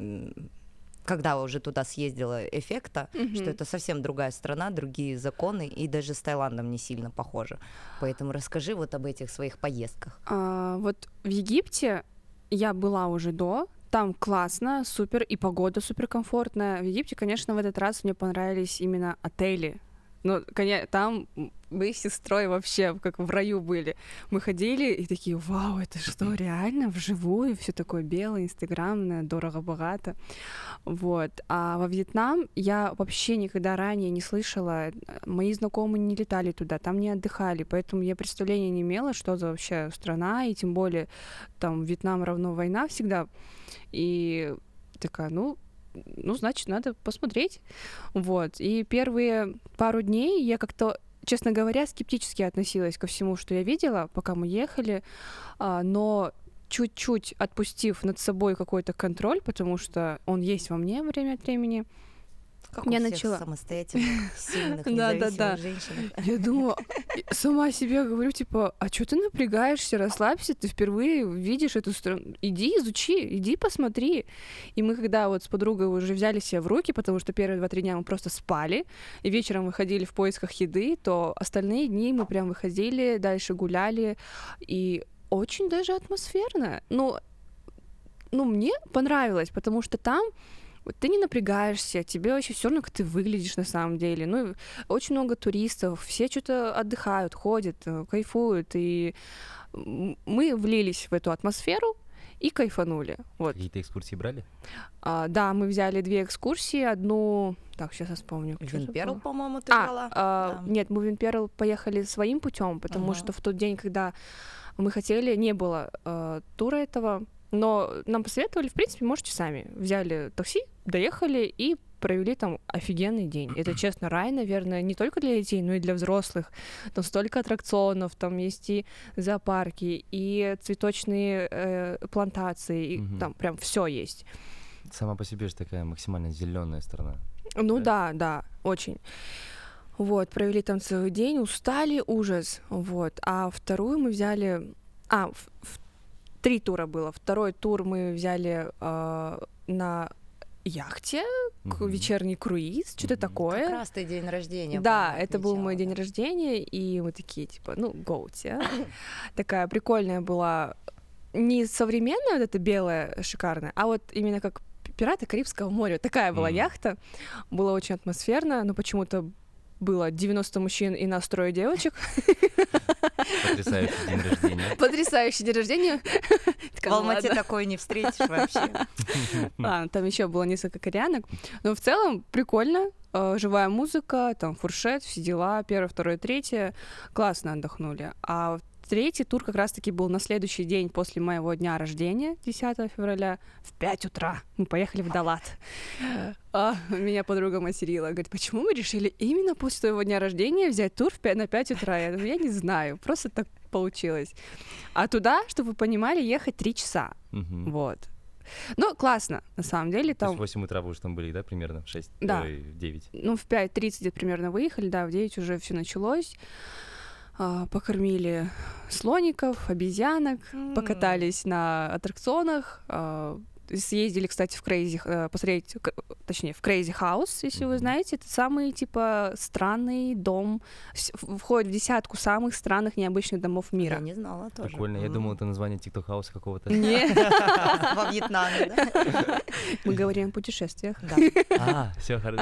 когда уже туда съездила, эффекта, что это совсем другая страна, другие законы, и даже с Таиландом не сильно похоже. Поэтому расскажи вот об этих своих поездках. Вот в Египте я была уже там классно, супер, и погода суперкомфортная. В Египте, конечно, в этот раз мне понравились именно отели. Но, конечно, там мы с сестрой вообще как в раю были. Мы ходили и такие, вау, это что, реально, вживую? Все такое белое, инстаграмное, дорого-богато. Вот. А во Вьетнам я вообще никогда ранее не слышала, мои знакомые не летали туда, там не отдыхали, поэтому я представления не имела, что за вообще страна, и тем более там Вьетнам равно война всегда. И такая, значит, надо посмотреть. Вот. И первые пару дней я как-то, честно говоря, скептически относилась ко всему, что я видела, пока мы ехали, но чуть-чуть отпустив над собой какой-то контроль, потому что он есть во мне время от времени, как я начала самостоятельных, сильных, независимых женщин. Я думаю, сама себе говорю, типа, а что ты напрягаешься, расслабься, ты впервые видишь эту страну, иди изучи, иди посмотри. И мы когда вот с подругой уже взяли себя в руки, потому что первые 2-3 дня мы просто спали, и вечером выходили в поисках еды, то остальные дни мы прям выходили, дальше гуляли, и очень даже атмосферно. Мне понравилось, потому что там ты не напрягаешься, тебе вообще все равно, как ты выглядишь на самом деле. Очень много туристов, все что-то отдыхают, ходят, кайфуют, и мы влились в эту атмосферу и кайфанули. Вот. Какие-то экскурсии брали? Да, мы взяли 2 экскурсии, одну... Так, сейчас я вспомню. Винперл, по-моему, ты брала? Да. Нет, мы в Винперл поехали своим путем, потому что в тот день, когда мы хотели, не было тура этого, но нам посоветовали, в принципе, можете сами. Взяли такси, доехали и провели там офигенный день. Это, честно, рай, наверное, не только для детей, но и для взрослых. Там столько аттракционов, там есть и зоопарки, и цветочные плантации, и там прям все есть. Сама по себе же такая максимально зеленая страна. Да, очень. Вот, провели там целый день, устали, ужас. Вот. А вторую мы взяли... 3 тура было. Второй тур мы взяли на яхте, вечерний круиз, что-то такое. Как раз ты день рождения. Да, это был мой день рождения, и мы такие, типа, гоути. Такая прикольная была, не современная, вот эта белая, шикарная, а вот именно как «Пираты Карибского моря». Такая была яхта, было очень атмосферно, но почему-то было 90 мужчин и нас 3 девочек. Потрясающий день рождения. Потрясающий день рождения. В Алмате такое не встретишь вообще. Там еще было несколько кореянок. Но в целом прикольно. Живая музыка, там фуршет, все дела. 1, 2, 3. Классно отдохнули. А 3-й тур как раз-таки был на следующий день после моего дня рождения, 10 февраля, в 5 утра. Мы поехали в Далат. Меня подруга материла. Говорит, почему мы решили именно после твоего дня рождения взять тур на 5 утра? Я думаю, я не знаю, просто так получилось. А туда, чтобы вы понимали, ехать 3 часа. Вот. Ну, классно, на самом деле. То есть Там, в 8 утра вы уже там были, да, примерно? В 6, Да. 9. ну, в 5:30 где-то примерно выехали, да, в 9 уже все началось. Покормили слоников, обезьянок, покатались на аттракционах, съездили, кстати, в посмотреть, точнее, в Crazy House, если вы знаете. Это самый, типа, странный дом, входит в 10 самых странных необычных домов Я мира. не знала тоже. Прикольно. Я думал, это название TikTok хауса какого-то. Не, Во Вьетнаме, да? мы говорим о путешествиях. Да. Все хорошо.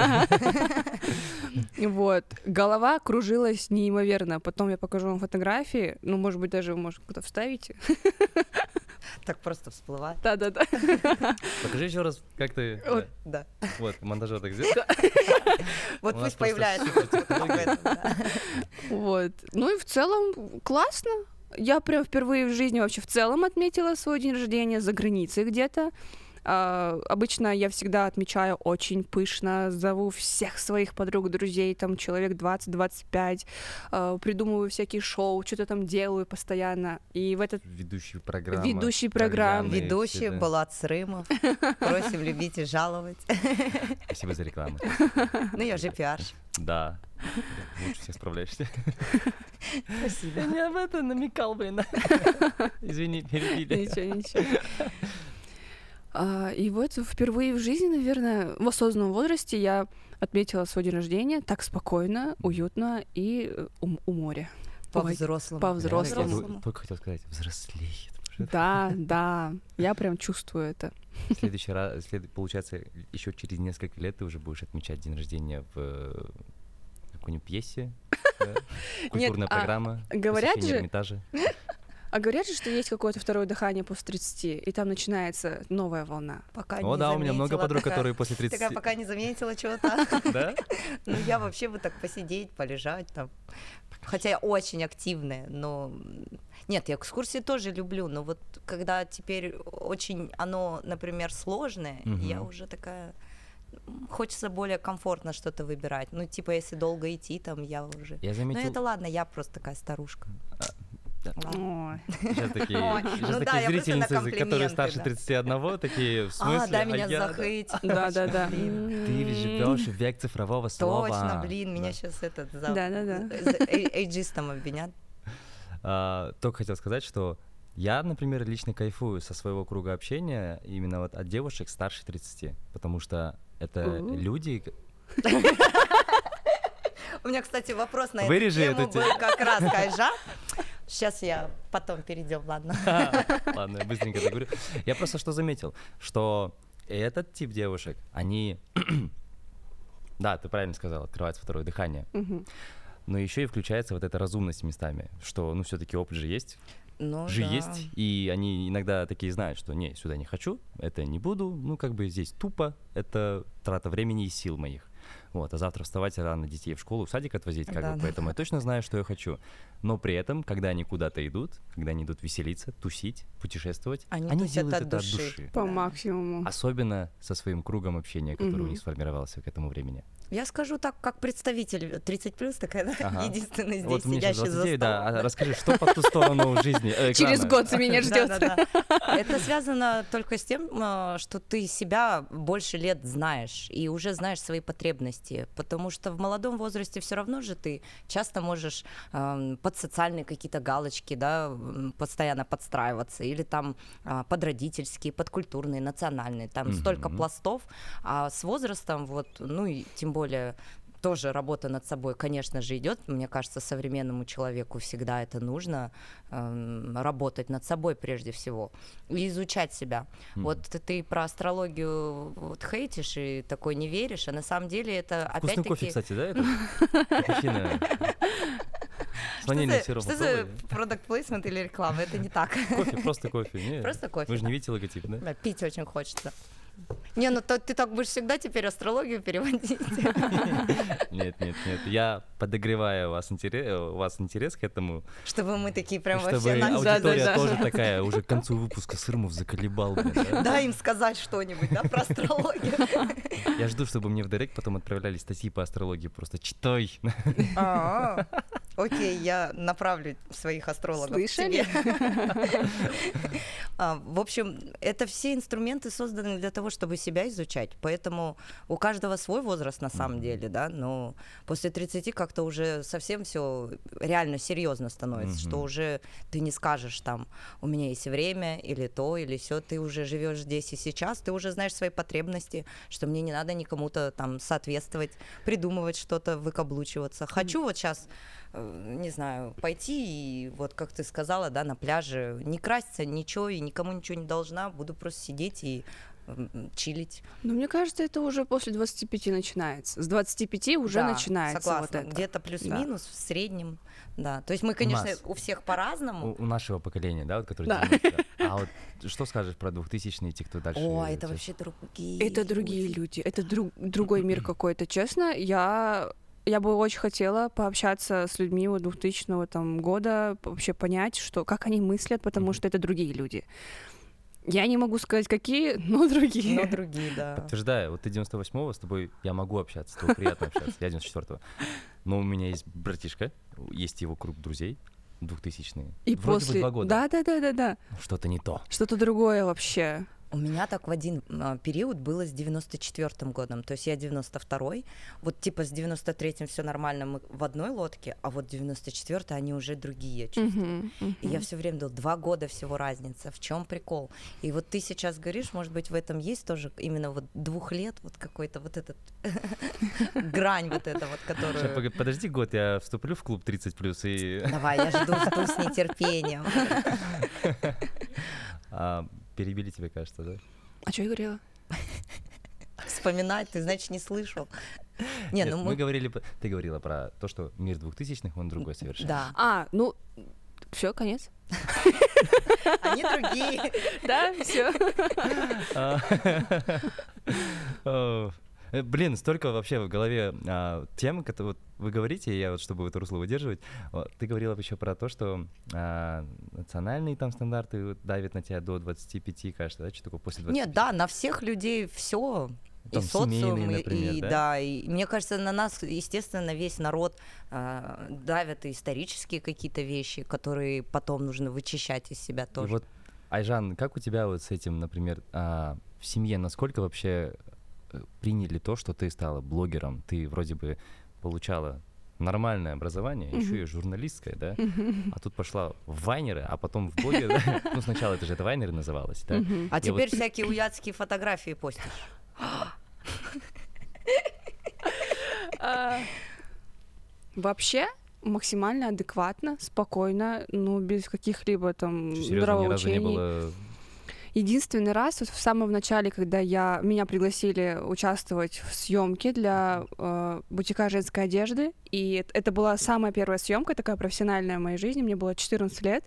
Вот. Голова кружилась неимоверно. Потом я покажу вам фотографии. Ну, может быть, даже вы, может, куда-то вставите. Так просто всплывает. Да-да-да. Покажи еще раз, как ты... Вот, да. Вот, монтажер так сделал. Вот У нас пусть просто появляется. супер вот в технология. этом, да. Вот. Ну и в целом классно. Я прям впервые в жизни вообще в целом отметила свой день рождения за границей где-то. Обычно я всегда отмечаю очень пышно, зову всех своих подруг, друзей, там человек 20-25, придумываю всякие шоу, что-то там делаю постоянно. И в этот Ведущий программы. Ведущий программ. программы, Ведущий все, да. Булат Срымов. Просим любить и жаловать. Спасибо за рекламу. Ну, я же пиарщик. Да. Лучше всех справляешься. Спасибо. Я не об этом намекал, блин. Извини, перебили. Ничего. И вот впервые в жизни, наверное, в осознанном возрасте я отметила свой день рождения так спокойно, уютно и у моря. По-взрослому. По-взрослому. Я только хотел сказать, взрослеет. Да, я прям чувствую это. В следующий раз, получается, еще через несколько лет ты уже будешь отмечать день рождения в какой-нибудь пьесе, да? Культурная программа, говорят посещение же- Эрмитажа. А говорят же, что есть какое-то второе дыхание после 30, и там начинается новая волна. Пока О, не да, у меня много заметила подруг, такая- которые после Такая 30... пока не заметила чего-то. Да? Ну, я вообще бы так посидеть, полежать там. Хотя я очень активная, но... Нет, я экскурсии тоже люблю, но вот когда теперь очень оно, например, сложное, я уже такая... Хочется более комфортно что-то выбирать. Ну, типа, если долго идти, там, я уже... Я Ну, заметил... это ладно, я просто такая старушка. да. Ладно. Ой. Сейчас такие, Ой, сейчас ну да, такие я просто на зрительницы, которые комплименты, старше да. 31, такие, в смысле? Да, меня я, да. захейтили. Да. Ты ведь живешь в век цифрового слова. Точно, блин, меня Да. сейчас этот Да. эйджистом обвинят. Только хотел сказать, что я, например, лично кайфую со своего круга общения именно вот от девушек старше 30, потому что это люди... У меня, кстати, вопрос на Вырежи эту тему эту был как раз, Кайжа. Сейчас я потом перейдем, ладно. Ладно, я быстренько договорю. Я просто что заметил, что этот тип девушек, они... Да, ты правильно сказал, открывается второе дыхание. Но еще и включается вот эта разумность местами, что, ну, все-таки опыт же есть, Ну, же да. есть, и они иногда такие знают, что не, сюда не хочу, это не буду, ну, как бы здесь тупо, это трата времени и сил моих. Вот, а завтра вставать рано детей в школу, в садик отвозить, как Да, бы, да. поэтому я точно знаю, что я хочу. Но при этом, когда они куда-то идут, когда они идут веселиться, тусить, путешествовать, Они они тусят делают от это души. от души. По Да. максимуму. Особенно со своим кругом общения, который у Мгм. них сформировался к этому времени. Я скажу так, как представитель 30+, такая, да, Ага. единственный здесь Вот мне сейчас сидящий за 29, да, столом. а расскажи, что по ту сторону жизни, Через экрана? год меня ждет. Да. Это связано только с тем, что ты себя больше лет знаешь и уже знаешь свои потребности, потому что в молодом возрасте все равно же ты часто можешь под социальные какие-то галочки, да, постоянно подстраиваться, или там под родительские, под культурные, национальные, там столько пластов, а с возрастом вот, ну и тем более тоже работа над собой, конечно же, идет. Мне кажется, современному человеку всегда это нужно, работать над собой прежде всего и изучать себя. Вот ты про астрологию вот хейтишь и такой не веришь, а на самом деле это Вкусный опять-таки... кофе, кстати, да? Это? Капучино. С ванильным сиропом. Что за пробовали? продакт плейсмент или реклама? Это не так. Кофе, просто кофе. Не, Просто кофе, Вы же не да. видите логотип, да? Да, пить очень хочется. Не, ну ты так будешь всегда теперь астрологию переводить. Нет. Я подогреваю у вас интерес к этому, Чтобы мы такие прям чтобы вообще... аудитория Да. тоже такая, уже к концу выпуска Сырмов заколебал, блин, да? Дай им сказать что-нибудь, да, про астрологию. Я жду, чтобы мне в директ потом отправляли статьи по астрологии, просто читай. А, Окей, я направлю своих астрологов Слышали? к тебе. В общем, это все инструменты созданы для того, чтобы себя изучать. Поэтому у каждого свой возраст на самом деле, да. Но после 30 как-то уже совсем все реально серьезно становится, что уже ты не скажешь там, у меня есть время или то, или все. Ты уже живешь здесь и сейчас, ты уже знаешь свои потребности, что мне не надо никому-то там соответствовать, придумывать что-то, выкаблучиваться. Хочу вот сейчас, не знаю, пойти и вот, как ты сказала, да, на пляже, не краситься, ничего, и никому ничего не должна, буду просто сидеть и чилить. Ну, мне кажется, это уже после 25 начинается. С 25 уже Да, начинается согласна. вот это. Где-то плюс-минус, в среднем, да. То есть мы, конечно, Нас. у всех по-разному. У нашего поколения, да, вот, который Да. 90-е. А вот что скажешь про 2000-е, те, кто дальше? О, это сейчас? вообще другие Это другие люди, это другой мир какой-то. Честно, я бы очень хотела пообщаться с людьми вот 2000 там, года, вообще понять, что, как они мыслят, потому что это другие люди. Я не могу сказать, какие, но другие. Но другие, да. Подтверждаю, вот ты 98-го, с тобой я могу общаться, с тобой приятно общаться, я 94-го. Но у меня есть братишка, есть его круг друзей, 2000-е. И Вроде после... бы 2 года. Да. Что-то не то. Что-то другое вообще. У меня так в один период было с 94-м годом, то есть я 92-й, вот типа с 93-м все нормально, мы в одной лодке, а вот 94-й они уже другие, чувствую. И я все время думала, 2 года всего разница, в чем прикол? И вот ты сейчас говоришь, может быть, в этом есть тоже именно вот 2 лет, вот какой-то вот этот грань вот эта вот, которую... Сейчас, подожди год, я вступлю в клуб 30+, и... Давай, я жду с нетерпением. Перебили тебя, кажется, да? А что я говорила? Вспоминать, ты, значит, не слышал. Не, Нет, ну мы говорили, ты говорила про то, что мир 2000-х, он другой совершенно. Да, Ну, все, конец. они другие. Да, все. Блин, столько вообще в голове тем, которые вот вы говорите, и я вот, чтобы это русло выдерживать, ты говорила еще про то, что национальные там стандарты давят на тебя до 25, кажется, да, что такое после 25? Нет, да, на всех людей все. И Там социум, семейные, например, и да? да, и мне кажется, на нас, естественно, весь народ давят и исторические какие-то вещи, которые потом нужно вычищать из себя И тоже. вот, Айжан, как у тебя вот с этим, например, в семье, насколько вообще приняли то, что ты стала блогером? Ты вроде бы получала нормальное образование, еще и журналистское, да? А тут пошла в вайнеры, а потом в блогеры. Ну, сначала это же вайнеры называлось, да? А И теперь вот- всякие уятские фотографии постишь. Вообще максимально адекватно, спокойно, ну, без каких-либо там Серьезно, ни разу не нравоучений. было... Единственный раз, вот в самом начале, когда меня пригласили участвовать в съемке для бутика женской одежды, и это была самая первая съемка, такая профессиональная в моей жизни, мне было 14 лет,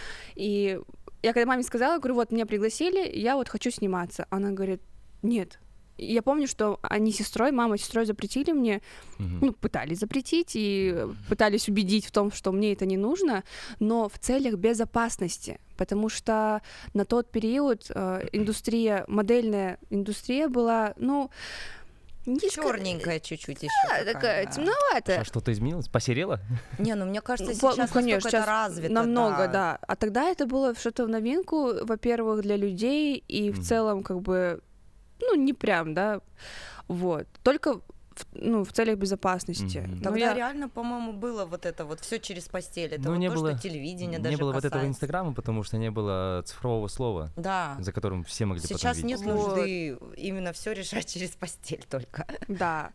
и я когда маме сказала, говорю, вот меня пригласили, я вот хочу сниматься, она говорит, нет. И я помню, что они с сестрой, мама с сестрой запретили мне, ну, пытались запретить и пытались убедить в том, что мне это не нужно, но в целях безопасности, потому что на тот период модельная индустрия была, ну, Черненькая чуть-чуть еще. Да, такая темноватая. А что-то изменилось? Посерело? Не, ну мне кажется, Ну, сейчас конечно, настолько сейчас это развито. намного, да. А тогда это было что-то в новинку, во-первых, для людей, и в целом, как бы, ну, не прям, да, вот. Только в целях безопасности. Мгм. Но Тогда я- реально, по-моему, было вот это вот все через постель. Это Ну, вот не то, было- что телевидение Не даже было вот этого касается. Инстаграма, потому что не было цифрового слова, Да. за которым все могли Сейчас потом нет видеть. Вот. нужды именно все решать через постель только. Да.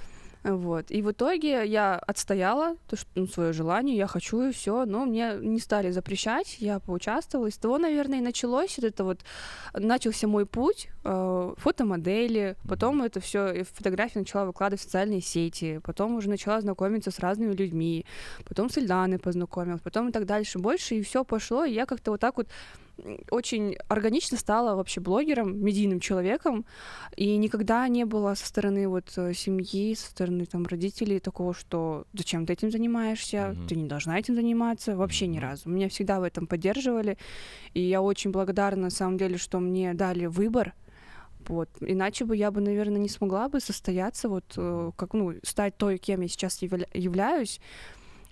Вот. И в итоге я отстояла то, что, свое желание, я хочу и все, но мне не стали запрещать, я поучаствовала. И с того, наверное, и началось вот это вот, начался мой путь фотомодели, потом это все фотографии начала выкладывать в социальные сети, потом уже начала знакомиться с разными людьми, потом с Ильданой познакомилась, потом и так дальше, больше, и все пошло, и я как-то вот так вот очень органично стала вообще блогером, медийным человеком, и никогда не было со стороны вот семьи, со стороны там родителей такого, что зачем ты этим занимаешься, ты не должна этим заниматься, вообще ни разу. Меня всегда в этом поддерживали, и я очень благодарна на самом деле, что мне дали выбор, вот. Иначе бы я бы, наверное, не смогла бы состояться, вот, как, ну, стать той, кем я сейчас являюсь.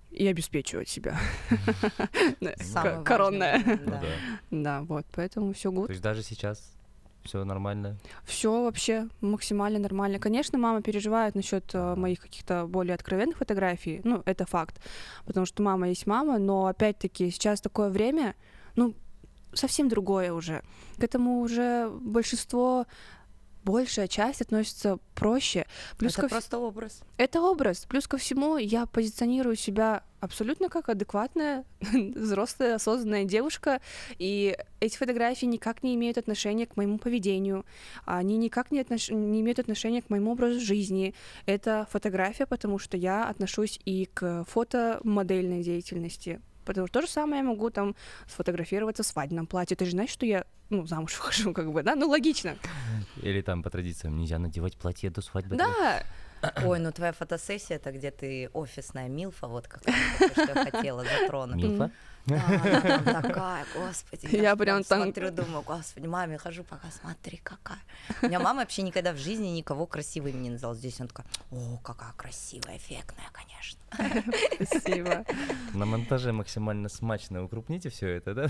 и обеспечивать себя. Самое Коронное. важное, Ну да. да. Да, вот, поэтому все То гуд. есть даже сейчас все нормально? Все вообще максимально нормально. Конечно, мама переживает насчет моих каких-то более откровенных фотографий. Ну, это факт. Потому что мама есть мама, но опять-таки сейчас такое время, ну, совсем другое уже. К этому уже большая часть относится проще. Это просто образ. Это образ. Плюс ко всему, я позиционирую себя абсолютно как адекватная, взрослая, осознанная девушка, и эти фотографии никак не имеют отношения к моему поведению, они никак не имеют отношения к моему образу жизни. Это фотография, потому что я отношусь и к фотомодельной деятельности. Потому что то же самое я могу там сфотографироваться в свадебном платье. Ты же знаешь, что я замуж выхожу, как бы, да? Ну, логично. Или там по традициям нельзя надевать платье до свадьбы? Да. Ой, ну твоя фотосессия, это где ты офисная милфа, вот как что я хотела затронуть. Милфа? Да, она там такая, господи. Я ж прям там- смотрю, думаю, господи, маме хожу пока, смотри, какая. У меня мама вообще никогда в жизни никого красивым не называла. Здесь она такая, о, какая красивая, эффектная, конечно. Спасибо. На монтаже максимально смачно укрупните все это, да?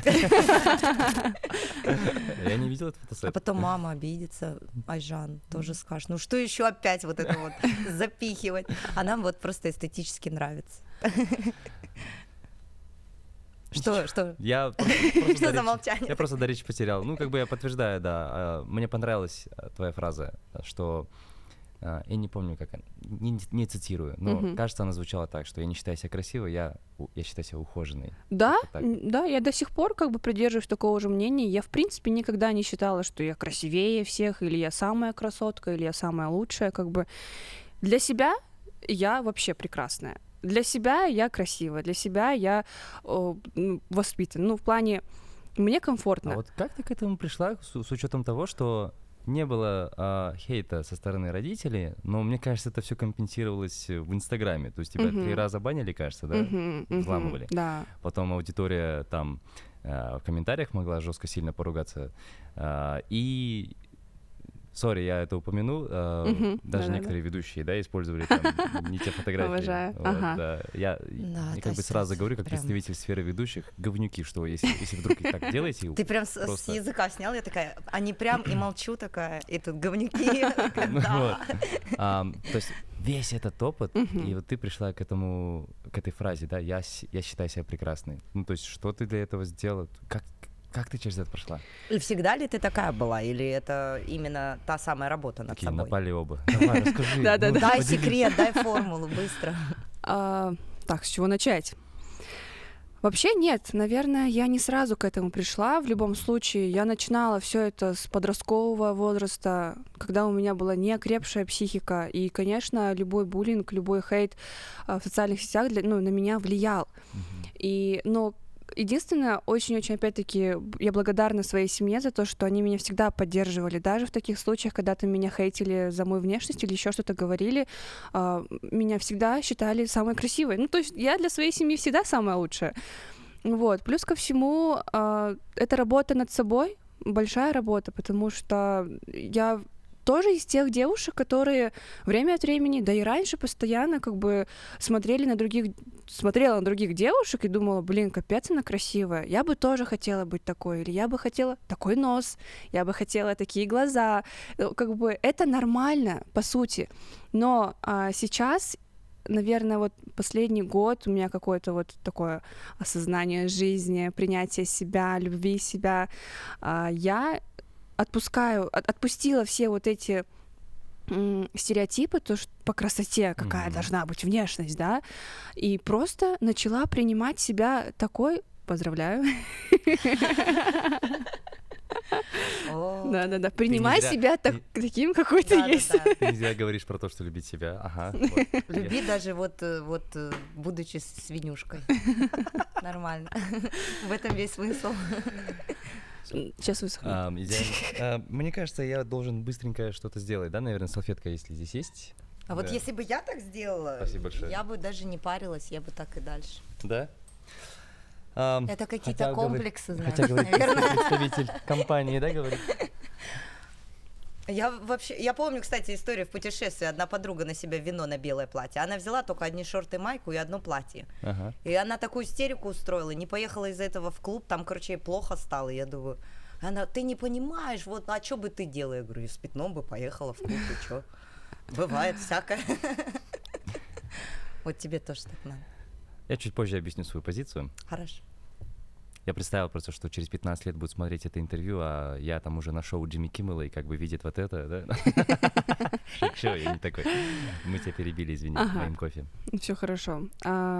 Я не видел этот А фотосет. потом мама обидится, Айжан тоже скажет, ну что еще опять вот это вот запихивать? А нам вот просто эстетически нравится. Что? Я просто Что за до речи- молчание? Я просто до речи потерял. Ну, как бы я подтверждаю, да. Мне понравилась твоя фраза, что... Я не помню, как она, не цитирую, но кажется, она звучала так, что я не считаю себя красивой, я считаю себя ухоженной. Да, Так. да, я до сих пор как бы придерживаюсь такого же мнения. Я, в принципе, никогда не считала, что я красивее всех, или я самая красотка, или я самая лучшая, как бы. Для себя я вообще прекрасная. Для себя я красивая, для себя я воспитана. Ну, в плане, мне комфортно. А вот как ты к этому пришла, с учетом того, что не было хейта со стороны родителей, но мне кажется, это все компенсировалось в Инстаграме. То есть тебя 3 раза банили, кажется, да? Взламывали. Да. Потом аудитория там в комментариях могла жестко сильно поругаться. И сори, я это упомяну, даже да-да-да. некоторые ведущие, да, использовали там не те фотографии. Обожаю. Вот, Ага. да. Я Да, как бы то сразу есть говорю, как прям- представитель сферы ведущих, говнюки, что если вдруг и так делаете, Ты прям с просто- языка снял, я такая, они прям и молчу такая, и тут говнюки. Я такая, Ну да. вот. То есть весь этот опыт, и вот ты пришла к этой фразе, да, я считаю себя прекрасной. Ну, то есть что ты для этого сделала? Как ты через это прошла? И всегда ли ты такая была, или это именно та самая работа над Такие собой? напали оба. Давай, расскажи. Да-да-да. ну, Дай поделись. секрет, дай формулу, быстро. Так, с чего начать? Вообще нет, наверное, я не сразу к этому пришла. В любом случае, я начинала все это с подросткового возраста, когда у меня была неокрепшая психика. И, конечно, любой буллинг, любой хейт в социальных сетях на меня влиял. Но единственное, очень-очень, опять-таки, я благодарна своей семье за то, что они меня всегда поддерживали. Даже в таких случаях, когда там меня хейтили за мою внешность или еще что-то говорили, меня всегда считали самой красивой. Ну, то есть я для своей семьи всегда самая лучшая. Вот. Плюс ко всему, это работа над собой, большая работа, потому что я тоже из тех девушек, которые время от времени, да и раньше постоянно как бы смотрела на других девушек и думала, блин, капец, она красивая. Я бы тоже хотела быть такой, или я бы хотела такой нос, я бы хотела такие глаза. Как бы это нормально, по сути. Но сейчас, наверное, вот последний год у меня какое-то вот такое осознание жизни, принятие себя, любви себя. Я отпустила все вот эти стереотипы, то, что по красоте какая должна быть внешность, да, и просто начала принимать себя такой, поздравляю, да-да-да, принимай зря- себя таким, какой ты есть. Да-да-да. Ты нельзя говоришь про то, что любить себя. Ага. вот. Люби даже вот, будучи свинюшкой. Нормально. В этом весь смысл. Сейчас высохну. Идеально. Мне кажется, я должен быстренько что-то сделать, да, наверное, салфетка, если здесь есть. А вот Да. если бы я так сделала, Спасибо большое. я бы даже не парилась, я бы так и дальше. Да? Это какие-то Хотя говорит- комплексы, знаешь, Хотя говорит наверное. представитель компании, да, говорит? Я помню, кстати, историю в путешествии. Одна подруга на себя вино на белое платье. Она взяла только одни шорты, майку и одно платье. Ага. И она такую истерику устроила, не поехала из-за этого в клуб, там, короче, ей плохо стало. Я думаю, ты не понимаешь, вот, а что бы ты делала? Я говорю, с пятном бы поехала в клуб, и что? Бывает всякое. Вот тебе тоже так надо. Я чуть позже объясню свою позицию. Хорошо. Я представил просто, что через 15 лет будут смотреть это интервью, а я там уже на шоу Джимми Киммела и как бы видит вот это, да? Шучу, я не такой. Мы тебя перебили, извини, моим кофе. Все хорошо.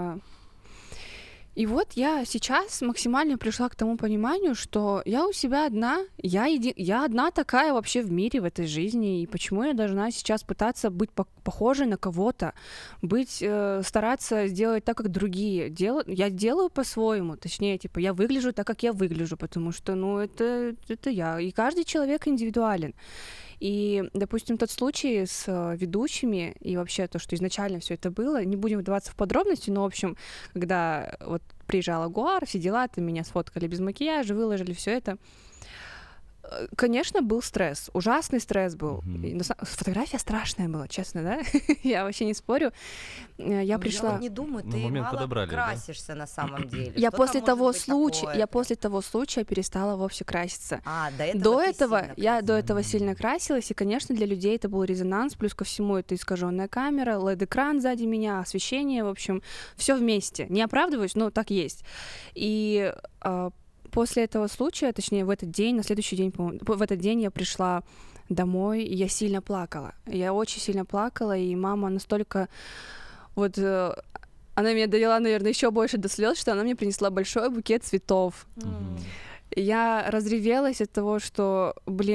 И вот я сейчас максимально пришла к тому пониманию, что я у себя одна, я одна такая вообще в мире, в этой жизни, и почему я должна сейчас пытаться быть похожей на кого-то, стараться сделать так, как другие делают. Я делаю по-своему, точнее, типа, я выгляжу так, как я выгляжу, потому что, это я, и каждый человек индивидуален. И, допустим, тот случай с ведущими и вообще то, что изначально все это было, не будем вдаваться в подробности, но, в общем, когда вот приезжала Гуар, все дела, там меня сфоткали без макияжа, выложили все это. Конечно, был стресс, ужасный стресс был. Фотография страшная была, честно, да? Я вообще не спорю. Я пришла... Я не думаю, ты мало красишься на самом деле. Я после того случая перестала вовсе краситься. До этого сильно красилась, и, конечно, для людей это был резонанс, плюс ко всему это искаженная камера, LED-экран сзади меня, освещение, в общем, все вместе. Не оправдываюсь, но так есть. И после этого случая, точнее, в этот день, на следующий день, по-моему, в этот день я пришла домой, и я сильно плакала. Я очень сильно плакала, и мама настолько... Вот она меня довела, наверное, еще больше до слез, что она мне принесла большой букет цветов. Я разревелась от того, что,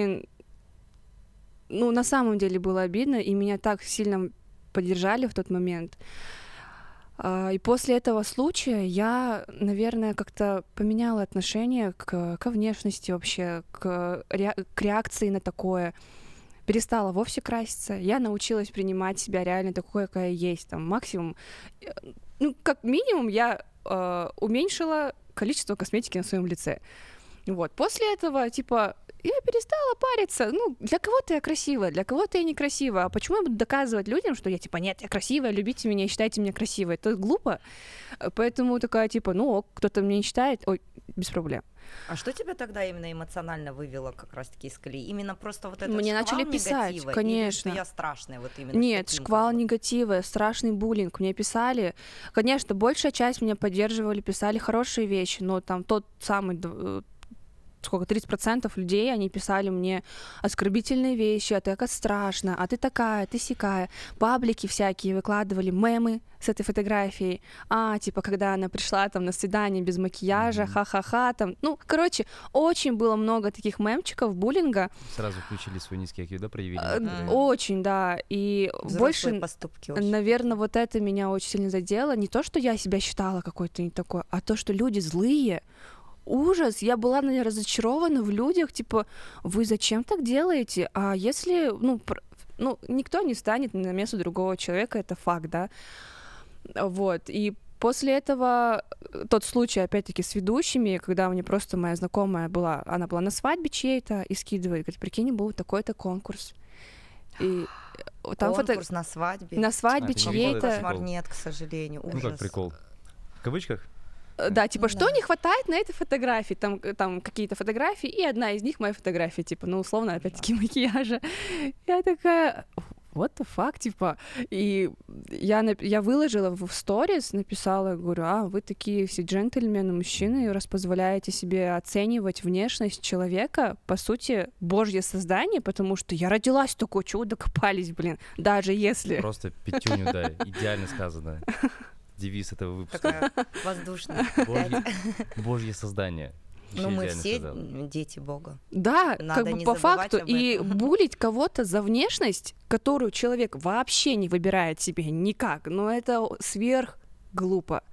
на самом деле было обидно, и меня так сильно поддержали в тот момент. И после этого случая я, наверное, как-то поменяла отношение ко внешности вообще, к реакции на такое. Перестала вовсе краситься. Я научилась принимать себя реально такой, какая есть. Там максимум, как минимум, я уменьшила количество косметики на своем лице. Вот. После этого, я перестала париться. Для кого-то я красивая, для кого-то я некрасивая. А почему я буду доказывать людям, что я, нет, я красивая, любите меня и считайте меня красивой? Это глупо. Поэтому такая, кто-то меня не считает, без проблем. А что тебя тогда именно эмоционально вывело как раз-таки из колеи? Именно просто вот этот Мне шквал начали писать, негатива? конечно. Или что я страшная вот именно? Нет, шквал негатива, страшный буллинг. Мне писали, конечно, большая часть меня поддерживали, писали хорошие вещи, но там тот самый... 30% людей, они писали мне оскорбительные вещи, а ты как страшно, а ты такая, ты сякая. Паблики всякие выкладывали мемы с этой фотографией. Когда она пришла там на свидание без макияжа, ха-ха-ха, там. Очень было много таких мемчиков, буллинга. Сразу включили свой низкий IQ, да, проявили? Очень, да. И взрослые поступки очень. Наверное, вот это меня очень сильно задело. Не то, что я себя считала какой-то не такой, а то, что люди злые. Ужас, я была, наверное, разочарована в людях, вы зачем так делаете? А если, никто не станет на место другого человека, это факт, да? Вот, и после этого тот случай, опять-таки, с ведущими, когда мне просто моя знакомая она была на свадьбе чьей-то и скидывает, говорит, прикинь, был такой-то конкурс. И там конкурс на свадьбе? На свадьбе чьей-то. Кошмар нет, к сожалению, ужас. Как прикол. В кавычках? Да, что не хватает на этой фотографии? Там какие-то фотографии, и одна из них моя фотография, условно, опять-таки, макияжа. Я такая, what the fuck, И я выложила в сторис, написала, говорю, вы такие все джентльмены, мужчины, раз позволяете себе оценивать внешность человека, по сути, божье создание, потому что я родилась такой, чего докопались, даже если... Просто пятюню, да, идеально сказано. Девиз этого выпуска. Такая воздушная. Божье создание. Мы все дети Бога. Да, по факту. И булить кого-то за внешность, которую человек вообще не выбирает себе никак, это сверх глупо.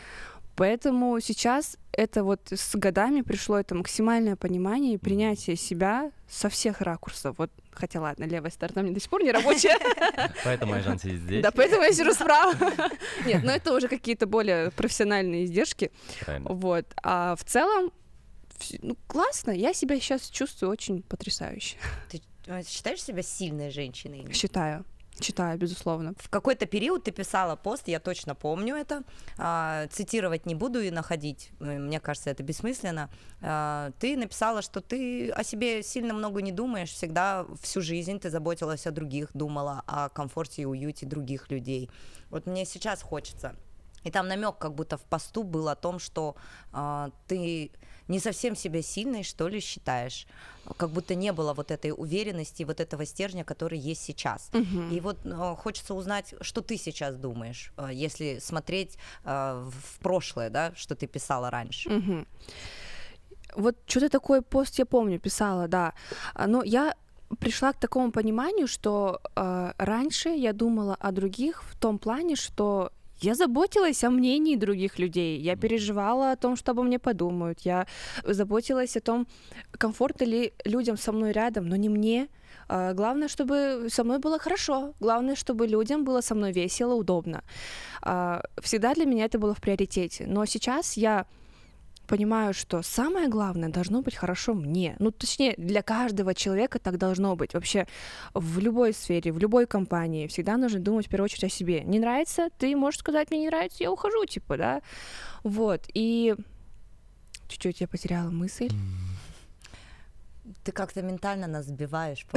Поэтому сейчас это с годами пришло это максимальное понимание и принятие себя со всех ракурсов. Хотя ладно, левая сторона мне до сих пор не рабочая. Поэтому Айжан сидит здесь. Да, поэтому я сижу справа. Нет, это уже какие-то более профессиональные издержки. Правильно. А в целом, классно, я себя сейчас чувствую очень потрясающе. Ты считаешь себя сильной женщиной? Считаю, безусловно. В какой-то период ты писала пост, я точно помню это, цитировать не буду и находить, мне кажется, это бессмысленно. Ты написала, что ты о себе сильно много не думаешь, всегда всю жизнь ты заботилась о других, думала о комфорте и уюте других людей. Вот мне сейчас хочется. И там намек как будто в посту был о том, что ты не совсем себя сильной, что ли, считаешь. Как будто не было вот этой уверенности, вот этого стержня, который есть сейчас. И вот хочется узнать, что ты сейчас думаешь, если смотреть в прошлое, да, что ты писала раньше. Вот что-то такой пост я помню, писала, да. Но я пришла к такому пониманию, что раньше я думала о других в том плане, что я заботилась о мнении других людей, я переживала о том, что обо мне подумают, я заботилась о том, комфортно ли людям со мной рядом, но не мне. Главное, чтобы со мной было хорошо, главное, чтобы людям было со мной весело, удобно. Всегда для меня это было в приоритете, но сейчас я понимаю, что самое главное должно быть хорошо мне. Ну, точнее, для каждого человека так должно быть. Вообще, в любой сфере, в любой компании всегда нужно думать в первую очередь о себе. Не нравится, ты можешь сказать, мне не нравится, я ухожу, типа, да. Вот, и чуть-чуть я потеряла мысль. Ты как-то ментально нас сбиваешь.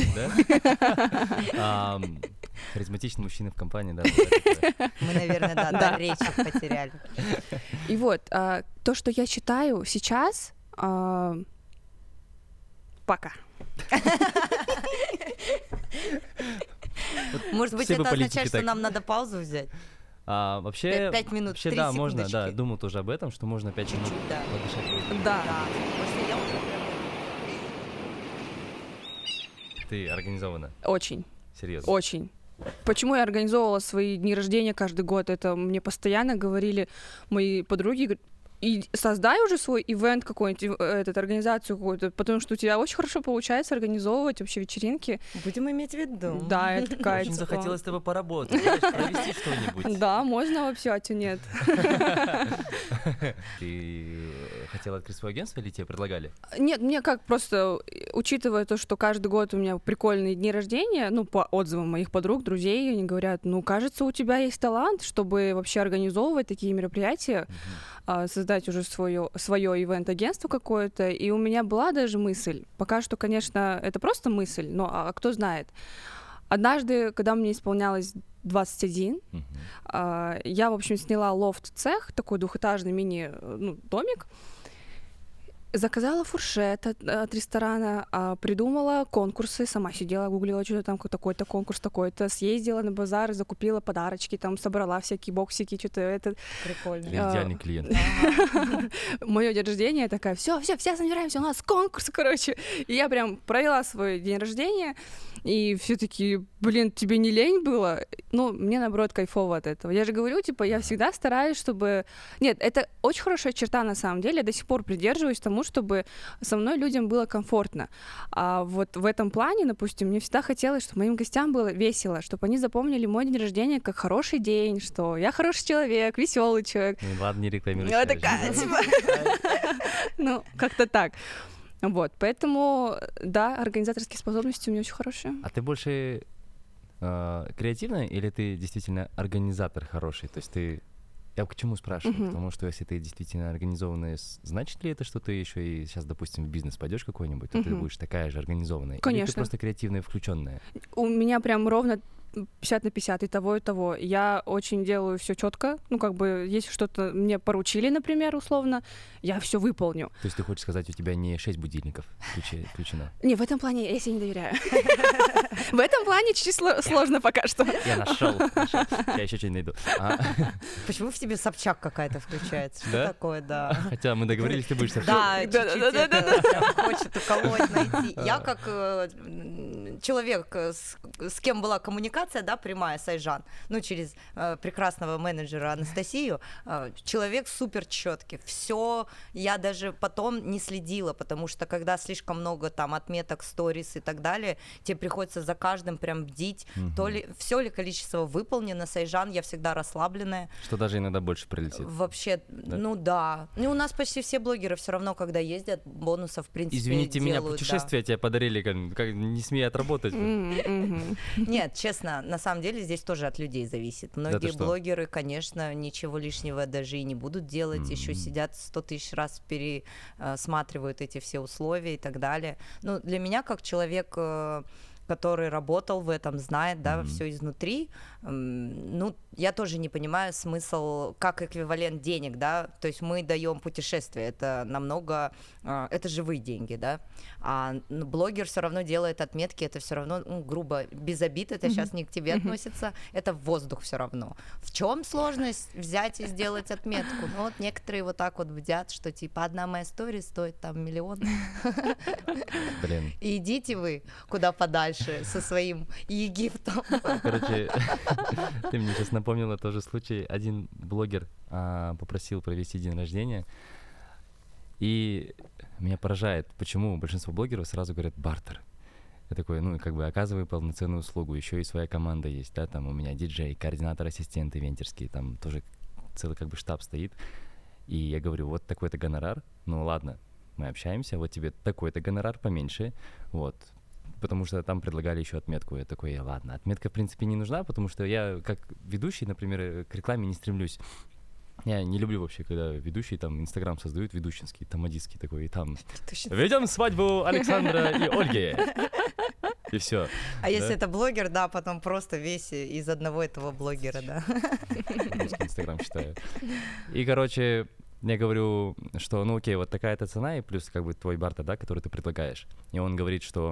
Да? Харизматичный мужчина в компании, да. Мы, наверное, да, речь потеряли. И вот, то, что я читаю сейчас, пока. Может быть, это означает, что нам надо паузу взять? Вообще, 5 минут, вообще 3 да, секундочки. можно, да, думал тоже об этом, что можно 5 минут да. подышать. Да. Ты организована? Очень. Серьезно? Очень. Почему я организовывала свои дни рождения каждый год? Это мне постоянно говорили мои подруги, говорят, и создай уже свой ивент какой-нибудь, организацию какую-то, потому что у тебя очень хорошо получается организовывать вообще вечеринки. Будем иметь в виду. Да, это такая... Очень захотелось с тобой поработать, знаешь, провести что-нибудь. Да, можно вообще, а чё нет? Ты хотела открыть свое агентство или тебе предлагали? Нет, мне как просто, учитывая то, что каждый год у меня прикольные дни рождения, ну, по отзывам моих подруг, друзей, они говорят, ну, кажется, у тебя есть талант, чтобы вообще организовывать такие мероприятия, создать уже свое ивент-агентство какое-то, и у меня была даже мысль, пока что, конечно, это просто мысль, но кто знает. Однажды, когда мне исполнялось 21, я, в общем, сняла лофт-цех, такой двухэтажный мини-домик, заказала фуршет от ресторана, придумала конкурсы, сама сидела, гуглила, что-то там такой-то конкурс, такой-то, съездила на базар, закупила подарочки, там собрала всякие боксики, что-то это. Прикольно. Идеальный клиент. Мое день рождения, я такая, все собираемся, у нас конкурс, короче. И я прям провела свой день рождения, и все такие, блин, тебе не лень было? Ну, мне, наоборот, кайфово от этого. Я же говорю, типа, я всегда стараюсь, чтобы... Нет, это очень хорошая черта, на самом деле, я до сих пор придерживаюсь тому, чтобы со мной людям было комфортно. А вот в этом плане, допустим, мне всегда хотелось, чтобы моим гостям было весело, чтобы они запомнили мой день рождения как хороший день, что я хороший человек, веселый человек. Ну, ладно, не рекламируй. Я такая, типа... Ну, как-то так. Вот, поэтому, да, организаторские способности у меня очень хорошие. А ты больше креативная или ты действительно организатор хороший? То есть ты... Я к чему спрашиваю? Потому что если ты действительно организованная, значит ли это, что ты еще и сейчас, допустим, в бизнес пойдешь какой-нибудь, то ты будешь такая же организованная? Конечно. Или ты просто креативная и включенная? У меня прям ровно 50/50 и того, и того. Я очень делаю все четко. Ну, как бы, если что-то мне поручили, например, условно, я все выполню. То есть ты хочешь сказать, у тебя не 6 будильников включено? Не, в этом плане я себе не доверяю. В этом плане чуть сложно пока что. Я нашел. Я еще что-нибудь найду. Почему в тебе Собчак какая-то включается? Что Да? такое, да? Хотя мы договорились, ты будешь совсем... Да, чуть-чуть это прям хочет уколоть, найти. Я как человек, с кем была коммуникация, да, прямая с Айжан, ну, через прекрасного менеджера Анастасию, человек супер четкий. Все, я даже потом не следила, потому что когда слишком много там отметок, сторис и так далее, тебе приходится за каждым прям бдить, то ли все ли количество выполнено с Айжан, я всегда расслабленная. Что даже иногда больше прилетит. Вообще, Да? ну да. Ну, у нас почти все блогеры все равно, когда ездят, бонусов, в принципе, Извините меня, делают, путешествия тебе подарили, как не смей от работы. заработать. Нет, честно, на самом деле здесь тоже от людей зависит. Многие блогеры, конечно, ничего лишнего даже и не будут делать, еще сидят 100 тысяч раз пересматривают эти все условия и так далее. Ну, для меня, как человек, который работал в этом, знает, да, все изнутри, ну, я тоже не понимаю смысл, как эквивалент денег, да, то есть мы даем путешествие, это намного, это живые деньги, да, а блогер все равно делает отметки, это все равно, ну, грубо, без обид, это сейчас не к тебе относится, это в воздух все равно. В чем сложность взять и сделать отметку? Ну, вот некоторые вот так вот бдят, что типа одна моя история стоит там 1 миллион. Блин. И идите вы куда подальше со своим Египтом. Короче, ты мне сейчас напомнила тоже случай. Один блогер попросил провести день рождения, и меня поражает, почему большинство блогеров сразу говорят бартер. Я такой, ну, как бы оказываю полноценную услугу, еще и своя команда есть, да, там у меня диджей, координатор, ассистент ивентерский, там тоже целый как бы штаб стоит. И я говорю, вот такой-то гонорар, ну ладно, мы общаемся, вот тебе такой-то гонорар поменьше, вот. Потому что там предлагали еще отметку. Я такой, ладно, отметка, в принципе, не нужна, потому что я, как ведущий, например, к рекламе не стремлюсь. Я не люблю вообще, когда ведущие там Инстаграм создают, ведущинский, тамадистский такой, и там «Ведем свадьбу Александра и Ольги». И все. А если это блогер, да, потом просто весь из одного этого блогера, да. Русский Инстаграм читаю. И, короче, я говорю, что, ну окей, вот такая-то цена, и плюс как бы твой бартер, да, который ты предлагаешь. И он говорит, что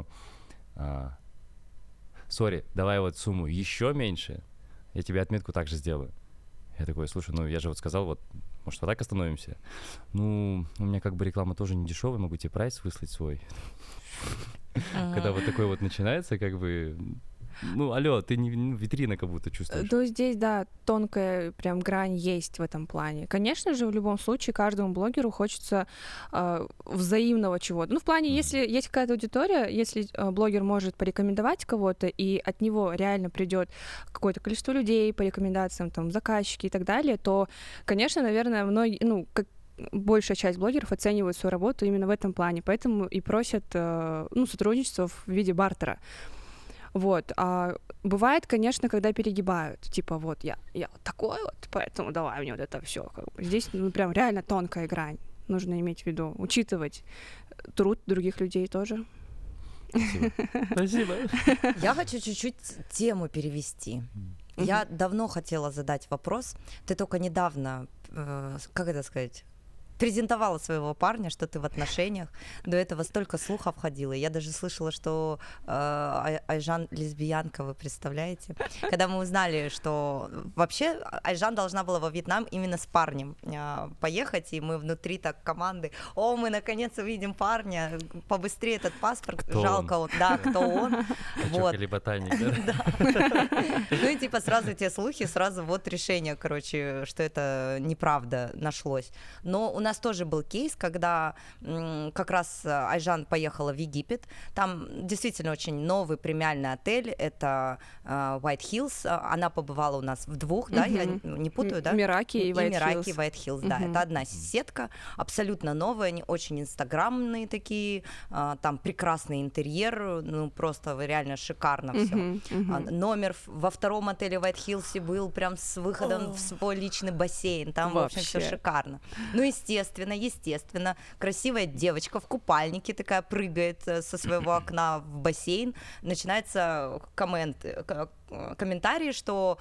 сори, давай вот сумму еще меньше, я тебе отметку также сделаю. Я такой, слушай, ну я же вот сказал, вот, может, вот так остановимся? Ну, у меня как бы реклама тоже не дешевая, могу тебе прайс выслать свой. Когда вот такой вот начинается, как бы... Ну, алло, ты не витрина как будто чувствуешь. То здесь, да, тонкая прям грань есть в этом плане. Конечно же, в любом случае, каждому блогеру хочется взаимного чего-то. Ну, в плане, если есть какая-то аудитория, если блогер может порекомендовать кого-то, и от него реально придет какое-то количество людей по рекомендациям, там, заказчики и так далее, то, конечно, наверное, многие, ну, как большая часть блогеров оценивают свою работу именно в этом плане, поэтому и просят, ну, сотрудничество в виде бартера. Вот, а бывает, конечно, когда перегибают, типа вот я вот такой вот, поэтому давай мне вот это все. Здесь, ну, прям реально тонкая грань, нужно иметь в виду, учитывать труд других людей тоже. Спасибо. Спасибо. Я хочу чуть-чуть тему перевести. Я давно хотела задать вопрос, ты только недавно, как это сказать, презентовала своего парня, что ты в отношениях. До этого столько слухов ходило. Я даже слышала, что Айжан лесбиянка, вы представляете? Когда мы узнали, что вообще Айжан должна была во Вьетнам именно с парнем поехать, и мы внутри так команды, о, мы наконец увидим парня, побыстрее этот паспорт, кто жалко он. Да, кто он. Качок или ботаник, да? Ну и типа сразу те слухи, сразу вот решение, короче, что это неправда нашлось. Но у нас тоже был кейс, когда как раз Айжан поехала в Египет. Там действительно очень новый премиальный отель. Это White Hills. Она побывала у нас в двух, да, я не путаю, да? Мираки и White Hills. Мираки и White Hills, да. Это одна сетка, абсолютно новая, они очень инстаграмные такие, там прекрасный интерьер, ну просто реально шикарно все. Номер во втором отеле White Hills был прям с выходом в свой личный бассейн. Там, в общем, все шикарно. Ну, естественно, красивая девочка в купальнике такая прыгает со своего окна в бассейн, начинается комментарии, что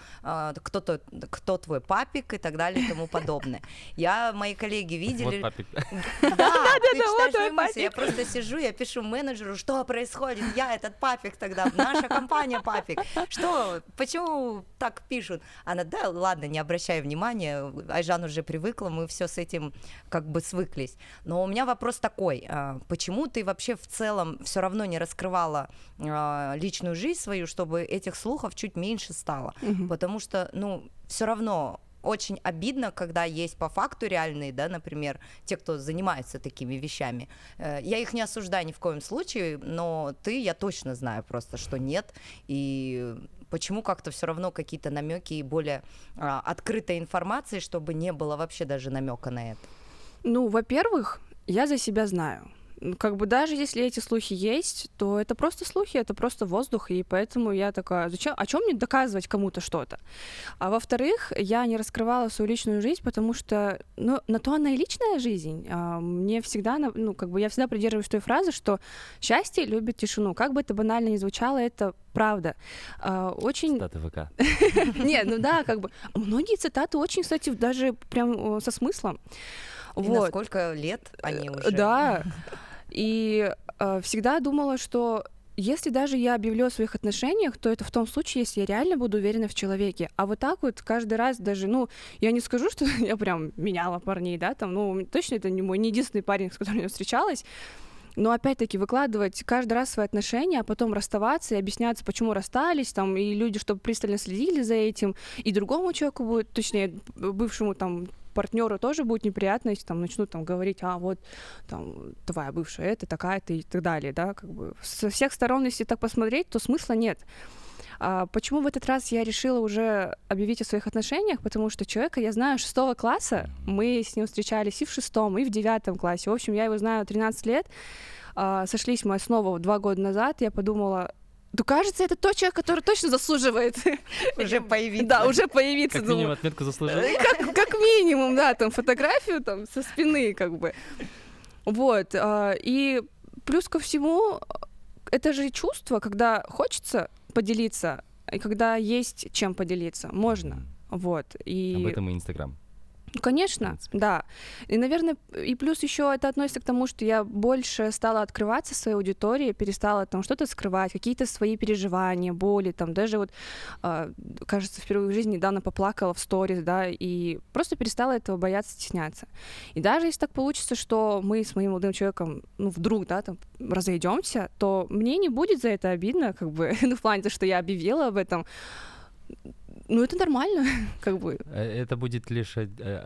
кто твой папик и так далее и тому подобное. Мои коллеги видели... Вот папик. Да, ты читаешь мои мысли. Я просто сижу, я пишу менеджеру, что происходит, я этот папик тогда, наша компания папик. Что, почему так пишут? Она, да, ладно, не обращай внимания, Айжан уже привыкла, мы все с этим как бы свыклись. Но у меня вопрос такой, почему ты вообще в целом все равно не раскрывала личную жизнь свою, чтобы этих слухов чуть меньше стало? Потому что, ну, все равно очень обидно, когда есть по факту реальные, да, например, те, кто занимается такими вещами. Я их не осуждаю ни в коем случае, но я точно знаю просто, что нет. И почему как-то все равно какие-то намеки и более открытой информации, чтобы не было вообще даже намека на это? Ну, во-первых, я за себя знаю. как бы даже если эти слухи есть, то это просто слухи, это просто воздух, и поэтому я такая, зачем, о чем мне доказывать кому-то что-то? А во-вторых, я не раскрывала свою личную жизнь, потому что, ну, на то она и личная жизнь. Мне всегда, ну, как бы я всегда придерживаюсь той фразы, что счастье любит тишину. Как бы это банально ни звучало, это правда. Очень... Цитаты ВК. Нет, ну да, как бы многие цитаты очень, кстати, даже прям со смыслом. И Вот. на сколько лет они уже? Да. И всегда думала, что если даже я объявлю о своих отношениях, то это в том случае, если я реально буду уверена в человеке. А вот так вот каждый раз даже, ну, я не скажу, что я прям меняла парней, да, там, ну, точно это не мой не единственный парень, с которым я встречалась. Но опять-таки выкладывать каждый раз свои отношения, а потом расставаться и объясняться, почему расстались, там, и люди, чтобы пристально следили за этим, и другому человеку будет, точнее, бывшему там партнеру тоже будет неприятно, если там начнут там говорить, вот там твоя бывшая это такая-то и так далее, да, как бы со всех сторон, если так посмотреть, то смысла нет. Почему в этот раз я решила уже объявить о своих отношениях? Потому что человека я знаю 6 класса, мы с ним встречались и в 6, и в 9 классе. В общем, я его знаю 13 лет. Сошлись мы снова 2 года назад. Я подумала, да кажется, это тот человек, который точно заслуживает. Уже появиться. Да, уже появиться. Как минимум отметку заслужил. Как минимум, да, там фотографию там со спины как бы. Вот. И плюс ко всему, это же чувство, когда хочется поделиться, и когда есть чем поделиться, можно. Вот. И... Об этом и Инстаграм. Конечно, да. И, наверное, и плюс еще это относится к тому, что я больше стала открываться своей аудитории, перестала там что-то скрывать, какие-то свои переживания, боли, там даже вот, кажется, впервые в жизни недавно поплакала в сторис, да, и просто перестала этого бояться, стесняться. И даже если так получится, что мы с моим молодым человеком, ну, вдруг, да, там, разойдемся, то мне не будет за это обидно, как бы, ну, в плане того, что я объявила об этом. Ну, это нормально, как бы. Это будет лишь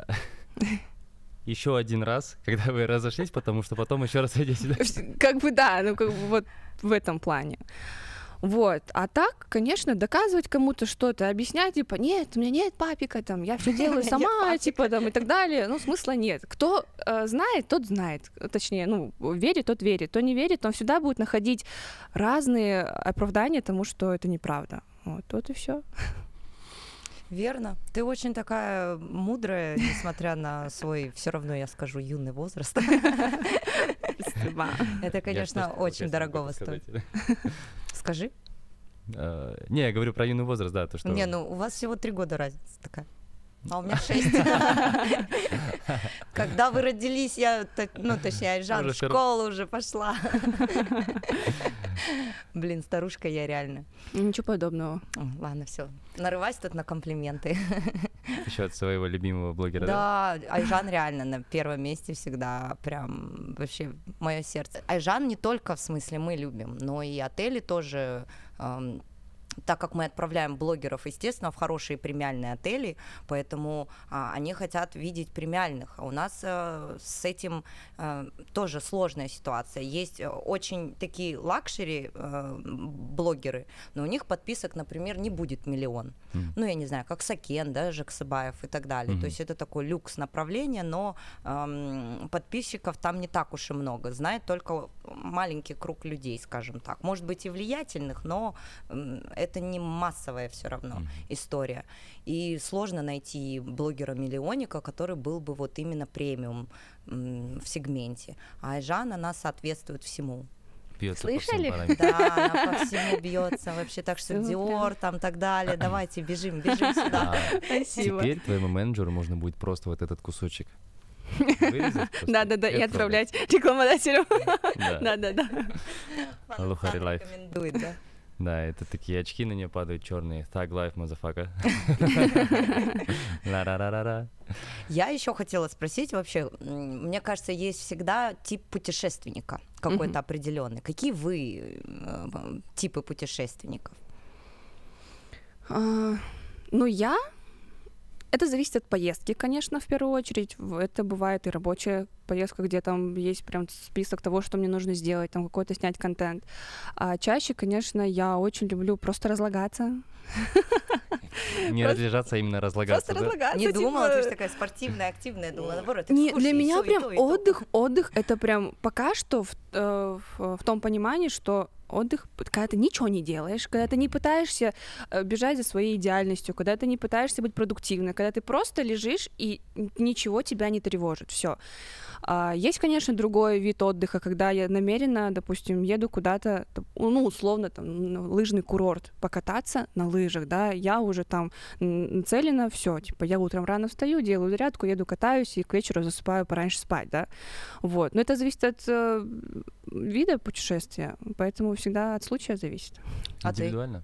еще один раз, когда вы разошлись, потому что потом еще раз идете. Как бы да, ну, как бы вот в этом плане. Вот. А так, конечно, доказывать кому-то что-то, объяснять, типа, нет, у меня нет папика, там, я все делаю сама, типа, там, и так далее, ну, смысла нет. Кто знает, тот знает. Точнее, ну, верит, тот верит. Кто не верит, он всегда будет находить разные оправдания тому, что это неправда. Вот и все. Верно. Ты очень такая мудрая, несмотря на свой, все равно я скажу, юный возраст. Это, конечно, очень дорогого стоит. Скажи. Не, я говорю про юный возраст, да, то что... Не, ну у вас всего 3 года разница такая. А у меня 6. Когда вы родились, я, ну, точнее, Айжан в школу уже пошла. Блин, старушка я реально. Ничего подобного. Ладно, все. Нарываюсь тут на комплименты. Еще от своего любимого блогера, да? Да, Айжан реально на первом месте всегда, прям вообще мое сердце. Айжан не только в смысле мы любим, но и отели тоже... Так как мы отправляем блогеров, естественно, в хорошие премиальные отели, поэтому они хотят видеть премиальных. А у нас с этим тоже сложная ситуация. Есть очень такие лакшери блогеры, но у них подписок, например, не будет 1 миллион. Ну, я не знаю, как Сакен, да, Жаксыбаев и так далее. То есть это такой люкс направление, но подписчиков там не так уж и много. Знает только маленький круг людей, скажем так. Может быть и влиятельных, но это не массовая все равно история. И сложно найти блогера-миллионника, который был бы вот именно премиум в сегменте. А Айжан, она соответствует всему. Бьется слышали? По всем да, она по всему бьется вообще, так что Диор там так далее. Давайте бежим сюда. Спасибо. Теперь твоему менеджеру можно будет просто вот этот кусочек Да, и отправлять рекламодателю. Да. Лухари Лайф. Рекомендует, да. Да, это такие очки на нее падают черные. Thug Life, motherfucker. Ла-ра-ра-ра-ра. Я еще хотела спросить вообще, мне кажется, есть всегда тип путешественника какой-то определенный. Какие вы типы путешественников? Ну, я Это зависит от поездки, конечно, в первую очередь. Это бывает и рабочая поездка, где там есть прям список того, что мне нужно сделать, там какой-то снять контент. А чаще, конечно, я очень люблю просто разлагаться. Не разлежаться, а именно разлагаться, Просто да? разлагаться. Не думала, типа. ты же такая спортивная, активная, думала, наоборот, Не, для экскурсии, меня всё, и прям то, и то. отдых это прям пока что в том понимании, что отдых, когда ты ничего не делаешь, когда ты не пытаешься бежать за своей идеальностью, когда ты не пытаешься быть продуктивной, когда ты просто лежишь и ничего тебя не тревожит, все. Есть, конечно, другой вид отдыха, когда я намеренно, допустим, еду куда-то, ну, условно, там, на лыжный курорт, покататься на лыжах, да, я уже там нацелена, все, типа, я утром рано встаю, делаю зарядку, еду катаюсь и к вечеру засыпаю пораньше спать, да, вот. Но это зависит от вида путешествия, поэтому всегда от случая зависит. А ты? Индивидуально.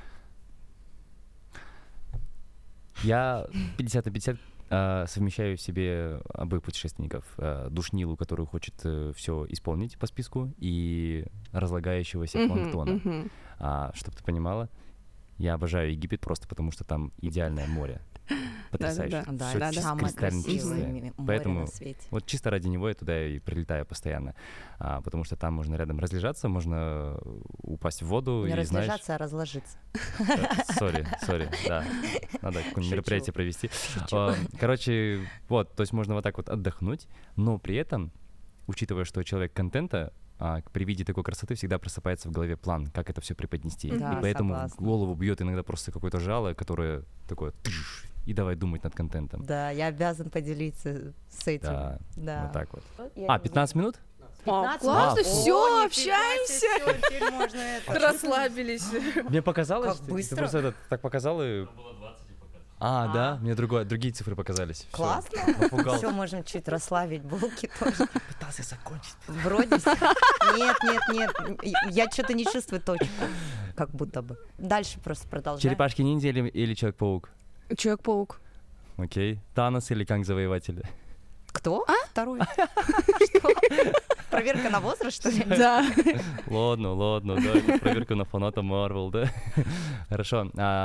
Я 50 на 50 совмещаю в себе обоих путешественников. Душнилу, который хочет все исполнить по списку, и разлагающегося планктона. Чтобы ты понимала, я обожаю Египет просто потому, что там идеальное море. Потрясающе. Да-да-да. Всё Да-да. Самое кристально красивое чистое. море Поэтому на свете. вот чисто ради него я туда и прилетаю постоянно. Потому что там можно рядом разлежаться, можно упасть в воду. Не и, знаешь, разлежаться, а разложиться. Сори, да. Надо какое-нибудь Шучу. мероприятие провести. Короче, вот, то есть можно вот так вот отдохнуть, но при этом, учитывая, что человек контента, при виде такой красоты всегда просыпается в голове план, как это все преподнести. Да, И поэтому согласна. в голову бьет иногда просто какое-то жало, которое такое и давай думать над контентом. Да, я обязан поделиться с этим. Да, вот так вот. Я не 15 минут? 15 классно, минут? все, О, нифига общаемся. себе, всё, теперь можно это. Расслабились. Мне показалось, Как ты быстро. просто это так показал и... Да, мне другие цифры показались. Всё, Классно. напугал. Все, можем чуть расслабить булки тоже. Пытался закончить. Вроде нет. Я что-то не чувствую точку. Как будто бы. Дальше просто продолжаем. Черепашки-ниндзя или Человек-паук? Человек-паук. Окей. Танос или Канг Завоеватель? Кто? Второй. Что? Проверка на возраст, что ли? Да. Ладно, да, это проверка на фаната Марвел, да? Хорошо.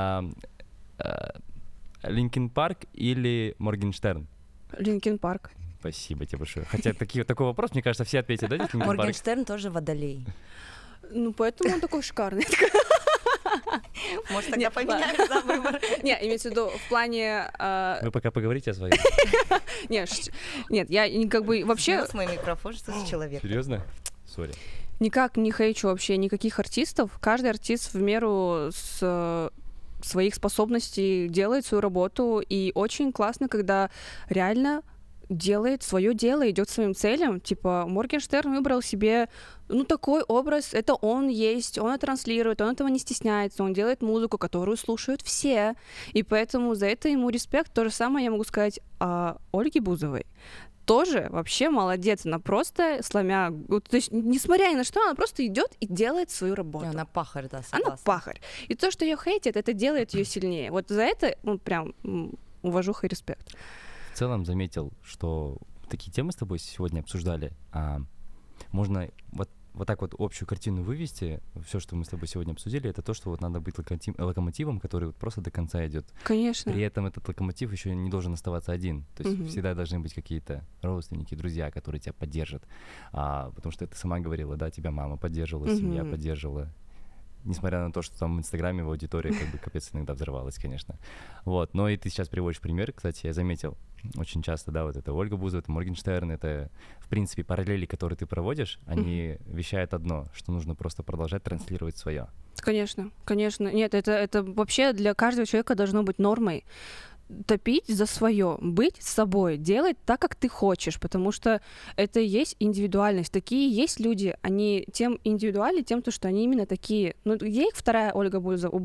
Линкин Парк или Моргенштерн? Линкин Парк. Спасибо тебе большое. Хотя такой вопрос, мне кажется, все ответят, да, Линкин Парк? Моргенштерн тоже водолей. Ну, поэтому он такой шикарный. Может, тогда Нет, поменяем за выбор. Не, имеется в виду в плане... Вы пока поговорите о своем. Нет, я как бы вообще Снес мой микрофон, что за человек? Серьезно? Сори. никак не хейчу вообще никаких артистов. Каждый артист в меру своих способностей делает свою работу, и очень классно, когда реально делает свое дело, идет к своим целям. Типа Моргенштерн выбрал себе, такой образ, это он есть, он это транслирует, он этого не стесняется, он делает музыку, которую слушают все, и поэтому за это ему респект. То же самое я могу сказать о Ольге Бузовой. Тоже вообще молодец, она просто сломя, то есть несмотря ни на что, она просто идет и делает свою работу. Она пахарь, да, Она согласна. пахарь. И то, что ее хейтят, это делает ее сильнее. Вот за это прям уважуха и респект. В целом заметил, что такие темы с тобой сегодня обсуждали, можно вот так вот общую картину вывести. Все, что мы с тобой сегодня обсудили, это то, что вот надо быть локомотивом, который вот просто до конца идет. Конечно. При этом этот локомотив еще не должен оставаться один. То есть всегда должны быть какие-то родственники, друзья, которые тебя поддержат. Потому что ты сама говорила, да, тебя мама поддерживала, семья поддерживала. Несмотря на то, что там в Инстаграме в аудитории как бы капец иногда взрывалась, конечно. Вот. Но и ты сейчас приводишь пример, кстати, я заметил очень часто, да, вот это Ольга Бузова, это Моргенштерн, это, в принципе, параллели, которые ты проводишь, они вещают одно, что нужно просто продолжать транслировать свое. Конечно, конечно. Нет, это вообще для каждого человека должно быть нормой. Топить за свое, быть собой, делать так, как ты хочешь, потому что это и есть индивидуальность. Такие есть люди, они тем индивидуальны, тем, что они именно такие. Ну, где их вторая Ольга Бузова?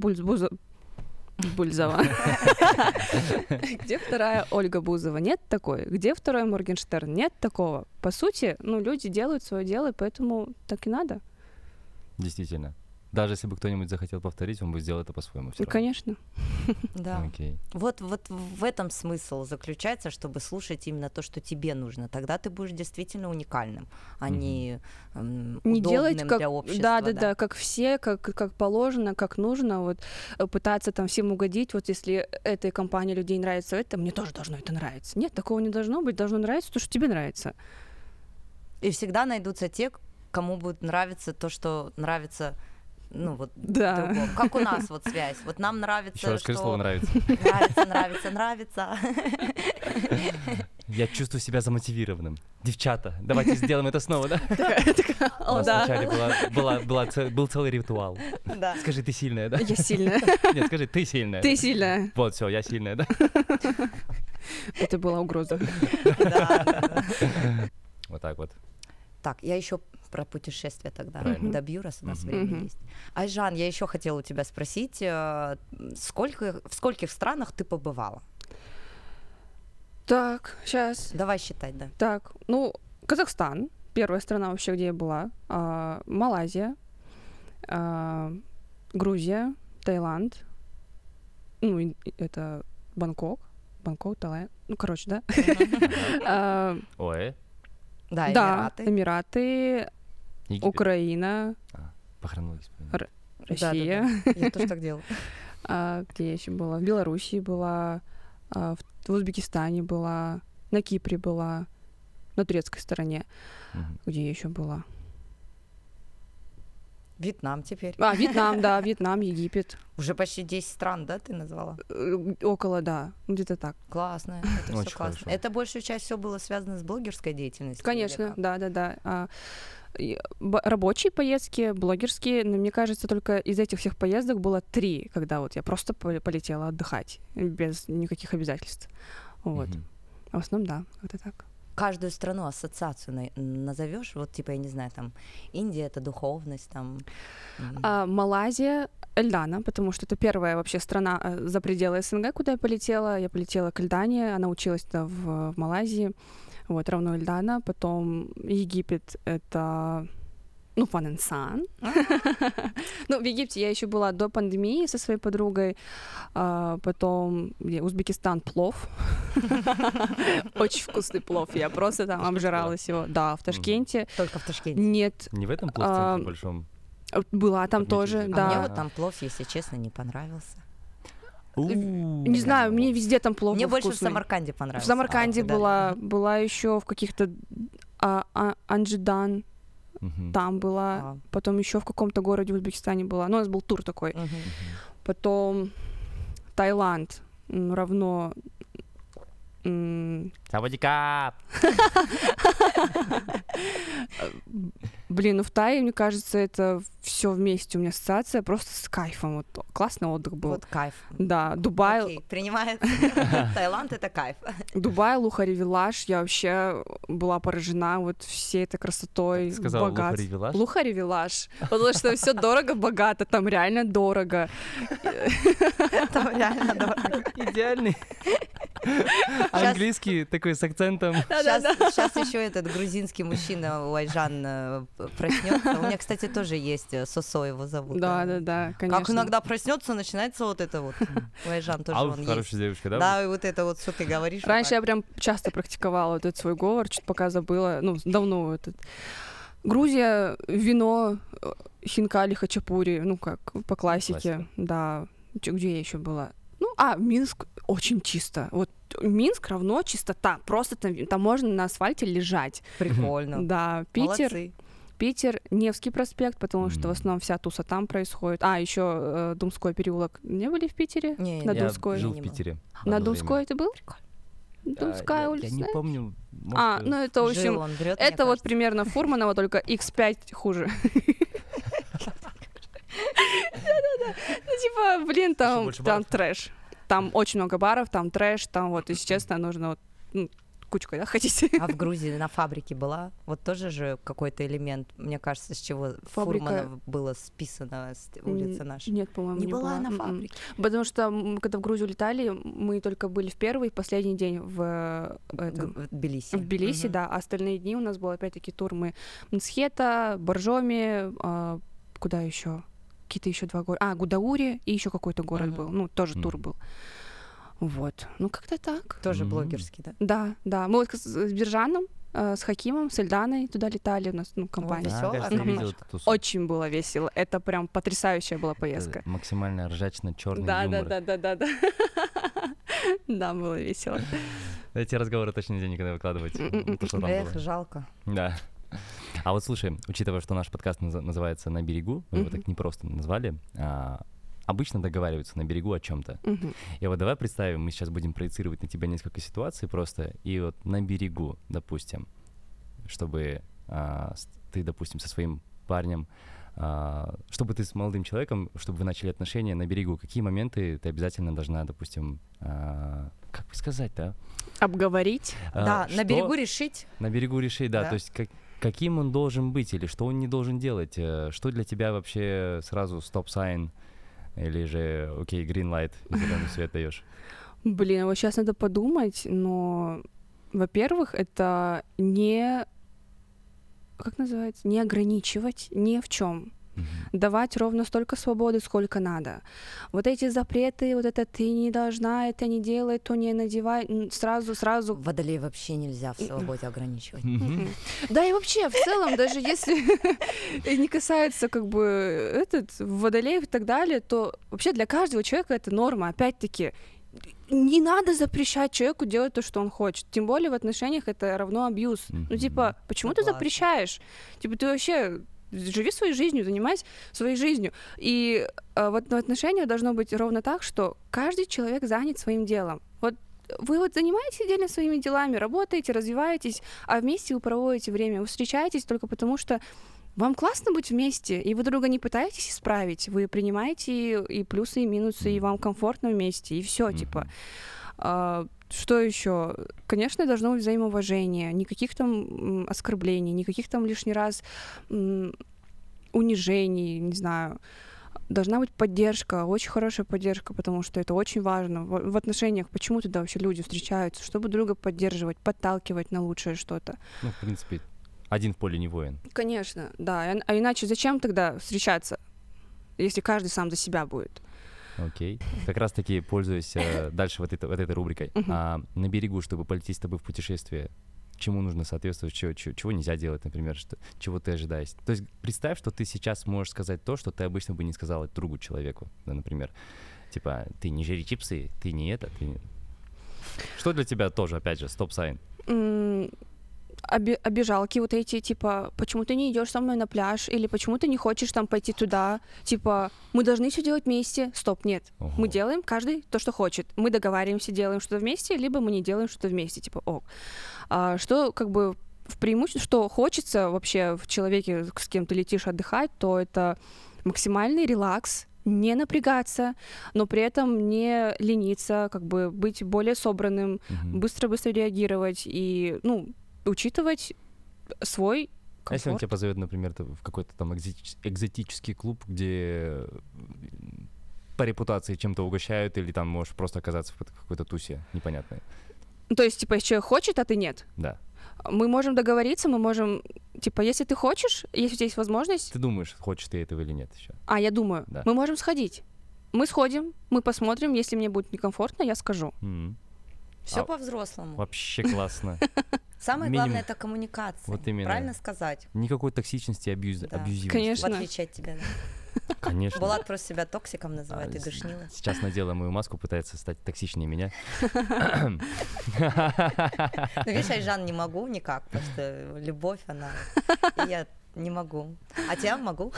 Где вторая Ольга Бузова? Нет такой. Где второй Моргенштерн? Нет такого. По сути, люди делают свое дело, и поэтому так и надо. Действительно. Даже если бы кто-нибудь захотел повторить, он бы сделал это по-своему всё равно. Конечно. Да. Окей. Вот в этом смысл заключается, чтобы слушать именно то, что тебе нужно. Тогда ты будешь действительно уникальным, а не Не делать удобным как, для общества. да, как все, как положено, как нужно, вот пытаться там всем угодить, вот если этой компании людей нравится это, мне тоже должно это нравиться. Нет, такого не должно быть, должно нравиться то, что тебе нравится. И всегда найдутся те, кому будет нравиться то, что нравится, ну вот, Да. другому. Как у нас вот связь. Вот нам нравится, Ещё раз скажи слово «нравится». нравится. Я чувствую себя замотивированным. Девчата, давайте сделаем это снова, да? У О, нас да. вначале был целый ритуал. Да. Скажи, ты сильная, да? Я сильная. Нет, скажи, ты сильная. Ты сильная. Вот, всё, я сильная, да? Это была угроза. Да. Вот так вот. Так, я еще про путешествия тогда Правильно. добью, раз у нас Мгм. время Мгм. есть. Айжан, я еще хотела у тебя спросить, в скольких странах ты побывала? Так, сейчас. Давай считать, да. Так, ну, Казахстан, первая страна вообще, где я была. Малайзия, Грузия, Таиланд. Ну, это Бангкок, Таиланд. Ну, короче, да. А, Ой, Да, Да, Эмираты. Эмираты, Египет. Украина, По хронологии вспоминаю. Россия. Да-да-да. Я тоже так делала. Где я еще была? В Белоруссии была, в Узбекистане была, на Кипре была, на турецкой стороне. Мгм. Где я еще была? Вьетнам теперь. Вьетнам, да, Вьетнам, Египет. Уже почти 10 стран, да, ты назвала? Около, да, где-то так. Классно, это Очень все классно. хорошо. Это большую часть все было связано с блогерской деятельностью? Конечно, или как? да. Рабочие поездки, блогерские, но мне кажется, только из этих всех поездок было 3, когда вот я просто полетела отдыхать без никаких обязательств. Вот. Мгм. А в основном, да, как-то так. Каждую страну ассоциацию назовешь, вот типа, я не знаю, там, Индия — это духовность, там... Малайзия, Эльдана, потому что это первая вообще страна за пределы СНГ, куда я полетела. Я полетела к Эльдане, она училась в Малайзии, вот, равно Эльдана. Потом Египет — это, ну, Фан эн Сан. Ну, в Египте я еще была до пандемии со своей подругой. Потом Узбекистан, плов. Очень вкусный плов. Я просто там обжиралась его. Да, в Ташкенте. Только в Ташкенте. Нет, Не в этом плацентре большом? была там Отметили тоже, здесь. А да. мне вот там плов, если честно, не понравился. Не знаю, мне везде там плов Мне был больше в вкусный. Самарканде понравился. В Самарканде Да. была еще в каких-то Анджидан, Мгм. там была, А. потом еще в каком-то городе в Узбекистане была. Ну, у нас был тур такой. Мгм. Потом Таиланд равно Савадикап! блин, ну в Тае, мне кажется, это все вместе у меня ассоциация просто с кайфом. Вот классный отдых был. Вот кайф. Да, Дубай, Окей, принимается. Таиланд — это кайф. Дубай, Лухари-Вилаж, я вообще была поражена вот всей этой красотой, Ты сказала богатством. Лухари-Вилаж? Лухари-Вилаж, потому что все дорого, богато, там реально дорого. Там реально дорого. Идеальный. Английский такой с акцентом. Сейчас еще этот грузинский мужчина у Айжан проснется. У меня, кстати, тоже есть Сосо, его зовут. Да, конечно. Как иногда проснется, начинается вот это вот. У Айжан тоже Алф он есть. хорошая девушка, да? Да, и вот это вот, что ты говоришь. Раньше я прям часто практиковала вот этот свой говор, что-то пока забыла, ну, давно этот. Грузия, вино, хинкали, хачапури, ну, как по классике, Классика. да. Где я еще была? Ну, Минск очень чисто. Вот Минск равно чистота. Просто там можно на асфальте лежать. Прикольно. Да, Питер, Невский проспект, потому что в основном вся туса там происходит. Еще Думской переулок. Не были в Питере? Не, На Я Думской. жил Не в было. Питере. На одно Думской время. это был? Думская улица, Я не знаешь? помню. может, Ну это, в Жил общем, он, врет, мне это вот кажется. примерно Фурманова, только X5 хуже. Ну, типа, блин, там больше баров? трэш. Там очень много баров, там трэш, там вот, если честно, нужно вот кучкой, да, хотите? А в Грузии на фабрике была? Вот тоже же какой-то элемент, мне кажется, с чего Фабрика- Фурманов было списано улица наша. Нет, по-моему, Не не была на М-м. фабрике. Потому что когда в Грузию летали, мы только были в первый и последний день в В Тбилиси. В Тбилиси, Мгм. да. А остальные дни у нас был опять-таки тур. Мы Мцхета, Боржоми, куда еще? какие-то еще 2 города. Гудаури и еще какой-то город был. Ну, тоже тур был. Вот. Ну, как-то так. Тоже блогерский, да? Да, да. Мы вот с Биржаном, с Хакимом, с Эльданой туда летали, у нас компания. Весёлая кажется, я видел компашка. эту тусу. Очень было весело. Это прям потрясающая была поездка. Это максимально ржачно-черный Да. юмор. Да, было весело. Эти разговоры точно нельзя никогда выкладывать. То, что там Эх, было. жалко. Да. А вот слушай, учитывая, что наш подкаст называется «На берегу», мы его так не просто назвали, обычно договариваются на берегу о чем-то. И вот давай представим, мы сейчас будем проецировать на тебя несколько ситуаций просто, и вот на берегу, допустим, чтобы ты, допустим, со своим парнем, чтобы ты с молодым человеком, чтобы вы начали отношения на берегу, какие моменты ты обязательно должна, допустим, как бы сказать-то? Обговорить. Да, на берегу решить. На берегу решить, да. Да. То есть каким он должен быть или что он не должен делать? Что для тебя вообще сразу стоп-сайн или же, окей, green light, зеленый свет даешь? Блин, вот сейчас надо подумать, но, во-первых, это как называется, не ограничивать ни в чем. Давать ровно столько свободы, сколько надо. Вот эти запреты, вот это ты не должна, это не делай, то не надевай, сразу. Водолей вообще нельзя в свободе ограничивать. Да и вообще, в целом, даже если не касается как бы водолеев и так далее, то вообще для каждого человека это норма. Опять-таки, не надо запрещать человеку делать то, что он хочет. Тем более в отношениях это равно абьюз. Ну, типа, почему ты запрещаешь? Типа, ты вообще живи своей жизнью, занимайся своей жизнью. И вот в отношениях должно быть ровно так, что каждый человек занят своим делом. Вот вы вот занимаетесь отдельно своими делами, работаете, развиваетесь, а вместе вы проводите время, вы встречаетесь только потому, что вам классно быть вместе, и вы друга не пытаетесь исправить, вы принимаете и плюсы, и минусы, и вам комфортно вместе, и все, типа. Что еще? Конечно, должно быть взаимоуважение, никаких там оскорблений, никаких там лишний раз унижений, не знаю. Должна быть поддержка, очень хорошая поддержка, потому что это очень важно. В отношениях почему тогда вообще люди встречаются? Чтобы друга поддерживать, подталкивать на лучшее что-то. Ну, в принципе, один в поле не воин. Конечно, да. А иначе зачем тогда встречаться, если каждый сам за себя будет? Окей. Как раз-таки, пользуясь дальше вот этой рубрикой. На берегу, чтобы полететь с тобой в путешествие, чему нужно соответствовать, чего нельзя делать, например, чего ты ожидаешь. То есть представь, что ты сейчас можешь сказать то, что ты обычно бы не сказал другу человеку. Да, например, типа, ты не жри чипсы, ты не это, ты не... Что для тебя тоже, опять же, стоп-сайн? Обижалки вот эти, типа, почему ты не идешь со мной на пляж, или почему ты не хочешь там пойти туда, типа, мы должны все делать вместе. Стоп, нет. Ого. Мы делаем каждый то, что хочет. Мы договариваемся, делаем что-то вместе, либо мы не делаем что-то вместе, типа, ок. Что как бы в преимуществе, что хочется вообще в человеке, с кем ты летишь отдыхать, то это максимальный релакс, не напрягаться, но при этом не лениться, как бы быть более собранным, быстро-быстро реагировать и, ну, учитывать свой комфорт. А если он тебя позовет, например, в какой-то там экзотический клуб, где по репутации чем-то угощают, или там можешь просто оказаться в какой-то тусе непонятной? То есть, типа, если человек хочет, а ты нет? Да. Мы можем договориться, мы можем, типа, если ты хочешь, если у тебя есть возможность... Ты думаешь, хочешь ты этого или нет еще? Я думаю, да. Мы можем сходить. Мы сходим, мы посмотрим, если мне будет некомфортно, я скажу. Все по-взрослому. Вообще классно. Самое главное — это коммуникация. Вот именно. Правильно сказать. Никакой токсичности, абьюзивности. Конечно. В отличие от тебя. Конечно. Булат просто себя токсиком называет и душнила. Сейчас надела мою маску, пытается стать токсичнее меня. Ну, видишь, Айжан не могу никак, потому что любовь, она... И я не могу. А тебя могу.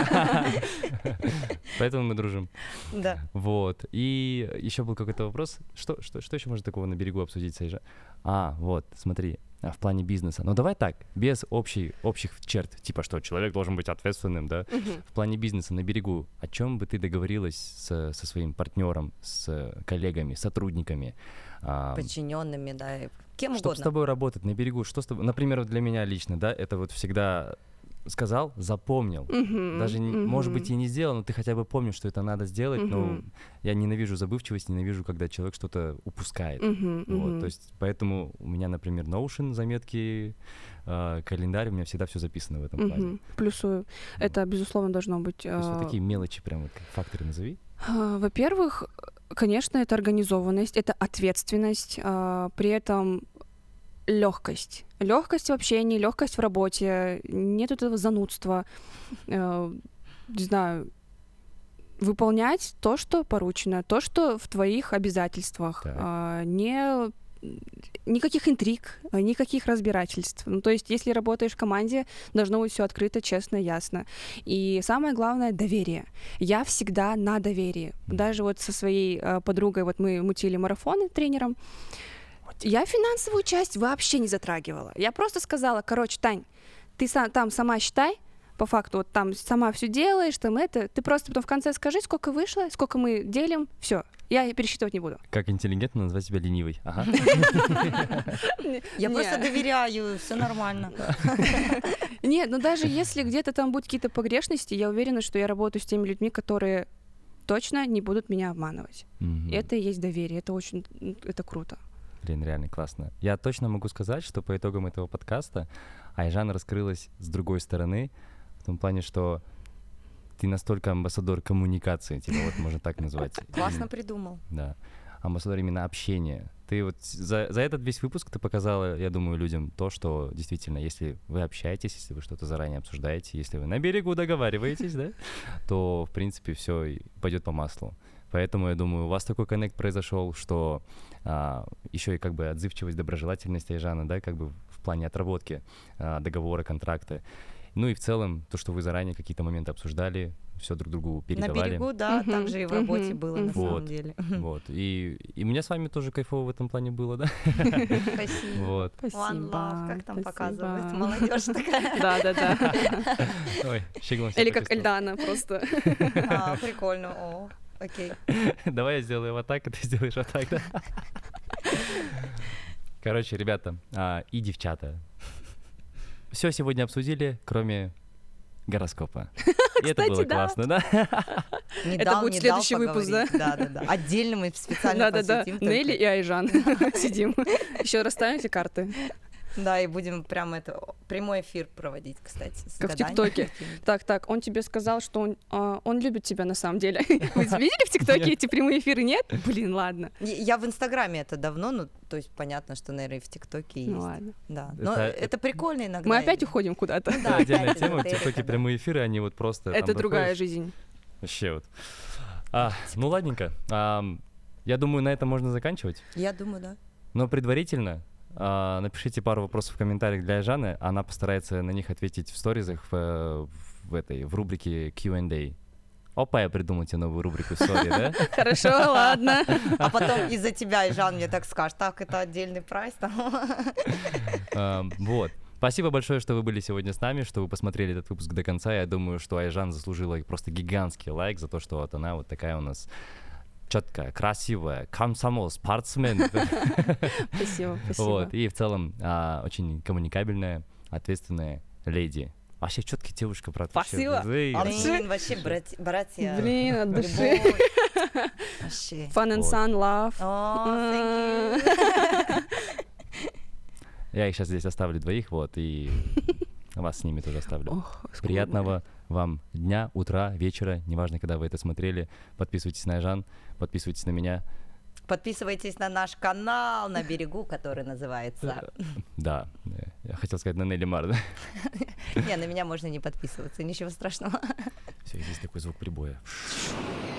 Поэтому мы дружим. Да. Вот. И еще был какой-то вопрос. Что еще можно такого на берегу обсудить с Айжан? Вот, смотри. В плане бизнеса. Но давай так, без общих черт, типа, что человек должен быть ответственным, да? В плане бизнеса на берегу, о чем бы ты договорилась со своим партнером, с коллегами, сотрудниками? Подчиненными, да, кем угодно. Чтобы с тобой работать на берегу, что с тобой... Например, для меня лично, да, это вот всегда сказал, запомнил. Даже, может быть, и не сделал, но ты хотя бы помнишь, что это надо сделать. Но я ненавижу забывчивость, ненавижу, когда человек что-то упускает. Вот, то есть, поэтому у меня, например, Notion, заметки, календарь, у меня всегда все записано в этом плане. Плюсую. Это, безусловно, должно быть... То есть вот такие мелочи, прям вот факторы назови. Во-первых, конечно, это организованность, это ответственность, при этом легкость. Легкость в общении, легкость в работе, нет этого занудства. Не знаю, выполнять то, что поручено, то, что в твоих обязательствах. Никаких интриг, никаких разбирательств. Ну, то есть, если работаешь в команде, должно быть все открыто, честно, ясно. И самое главное — доверие. Я всегда на доверии. Даже вот со своей подругой, вот мы мутили марафоны тренером, я финансовую часть вообще не затрагивала. Я просто сказала: короче, Тань, ты там сама считай, по факту вот там сама все делаешь, там это, ты просто потом в конце скажи, сколько вышло, сколько мы делим, все, я пересчитывать не буду. Как интеллигентно назвать себя ленивой. Ага. Я просто доверяю, все нормально. Нет, ну даже если где-то там будут какие-то погрешности, я уверена, что я работаю с теми людьми, которые точно не будут меня обманывать. Это и есть доверие, это круто. Блин, реально классно. Я точно могу сказать, что по итогам этого подкаста Айжан раскрылась с другой стороны, в том плане, что ты настолько амбассадор коммуникации, типа вот можно так назвать. Классно придумал. Да. Амбассадор именно общения. Ты вот за этот весь выпуск ты показала, я думаю, людям то, что действительно, если вы общаетесь, если вы что-то заранее обсуждаете, если вы на берегу договариваетесь, да, то, в принципе, все пойдет по маслу. Поэтому, я думаю, у вас такой коннект произошел, что еще и как бы отзывчивость, доброжелательность Айжана, да, как бы в плане отработки договора, контракта. Ну и в целом, то, что вы заранее какие-то моменты обсуждали, все друг другу передавали. На берегу, да, так же и в работе было на самом деле. Вот, и мне с вами тоже кайфово в этом плане было, да? Спасибо. Вот. One love, как там показывают, молодежь такая. Да. Ой, щеглом. Или как Эльдана просто. Прикольно, о, окей. Давай я сделаю вот так, и ты сделаешь вот так, да? Короче, ребята и девчата, все сегодня обсудили, кроме гороскопа. И это было классно, да? Это будет следующий выпуск, да? Да. Отдельно мы специально посвятим. Нелли и Айжан сидим. Еще расставим эти карты. Да, и будем прям прямой эфир проводить, кстати. Как в ТикТоке. Так, он тебе сказал, что он любит тебя на самом деле. Вы видели в ТикТоке эти прямые эфиры? Нет? Блин, ладно. Я в Инстаграме это давно, ну, то есть понятно, что, наверное, и в ТикТоке есть. Ну ладно. Да, но это прикольно иногда. Мы опять уходим куда-то. Это отдельная тема, в ТикТоке прямые эфиры, они вот просто... Это другая жизнь. Вообще вот. Ну, ладненько. Я думаю, на этом можно заканчивать. Я думаю, да. Но предварительно напишите пару вопросов в комментариях для Айжаны, она постарается на них ответить в сторизах в рубрике Q&A. Опа, я придумал тебе новую рубрику «Сори», да? Хорошо, ладно. А потом из-за тебя Айжан мне так скажет: так, это отдельный прайс там. Вот. Спасибо большое, что вы были сегодня с нами, что вы посмотрели этот выпуск до конца. Я думаю, что Айжан заслужила просто гигантский лайк за то, что вот она вот такая у нас четкая, красивая, комсомол, спортсмен. Спасибо. Вот. И в целом очень коммуникабельная, ответственная леди. Вообще четкая девушка, брат. Спасибо. Блин, вообще братья. Блин, от души. Вообще. Fun and sun, love. О, thank you. Я их сейчас здесь оставлю двоих, вот, и вас с ними тоже оставлю. Приятного вам дня, утра, вечера, неважно, когда вы это смотрели. Подписывайтесь на Айжан, подписывайтесь на меня. Подписывайтесь на наш канал «На берегу», который называется... Да, я хотел сказать на Нелли Мар, да? Не, на меня можно не подписываться, ничего страшного. Все, здесь такой звук прибоя.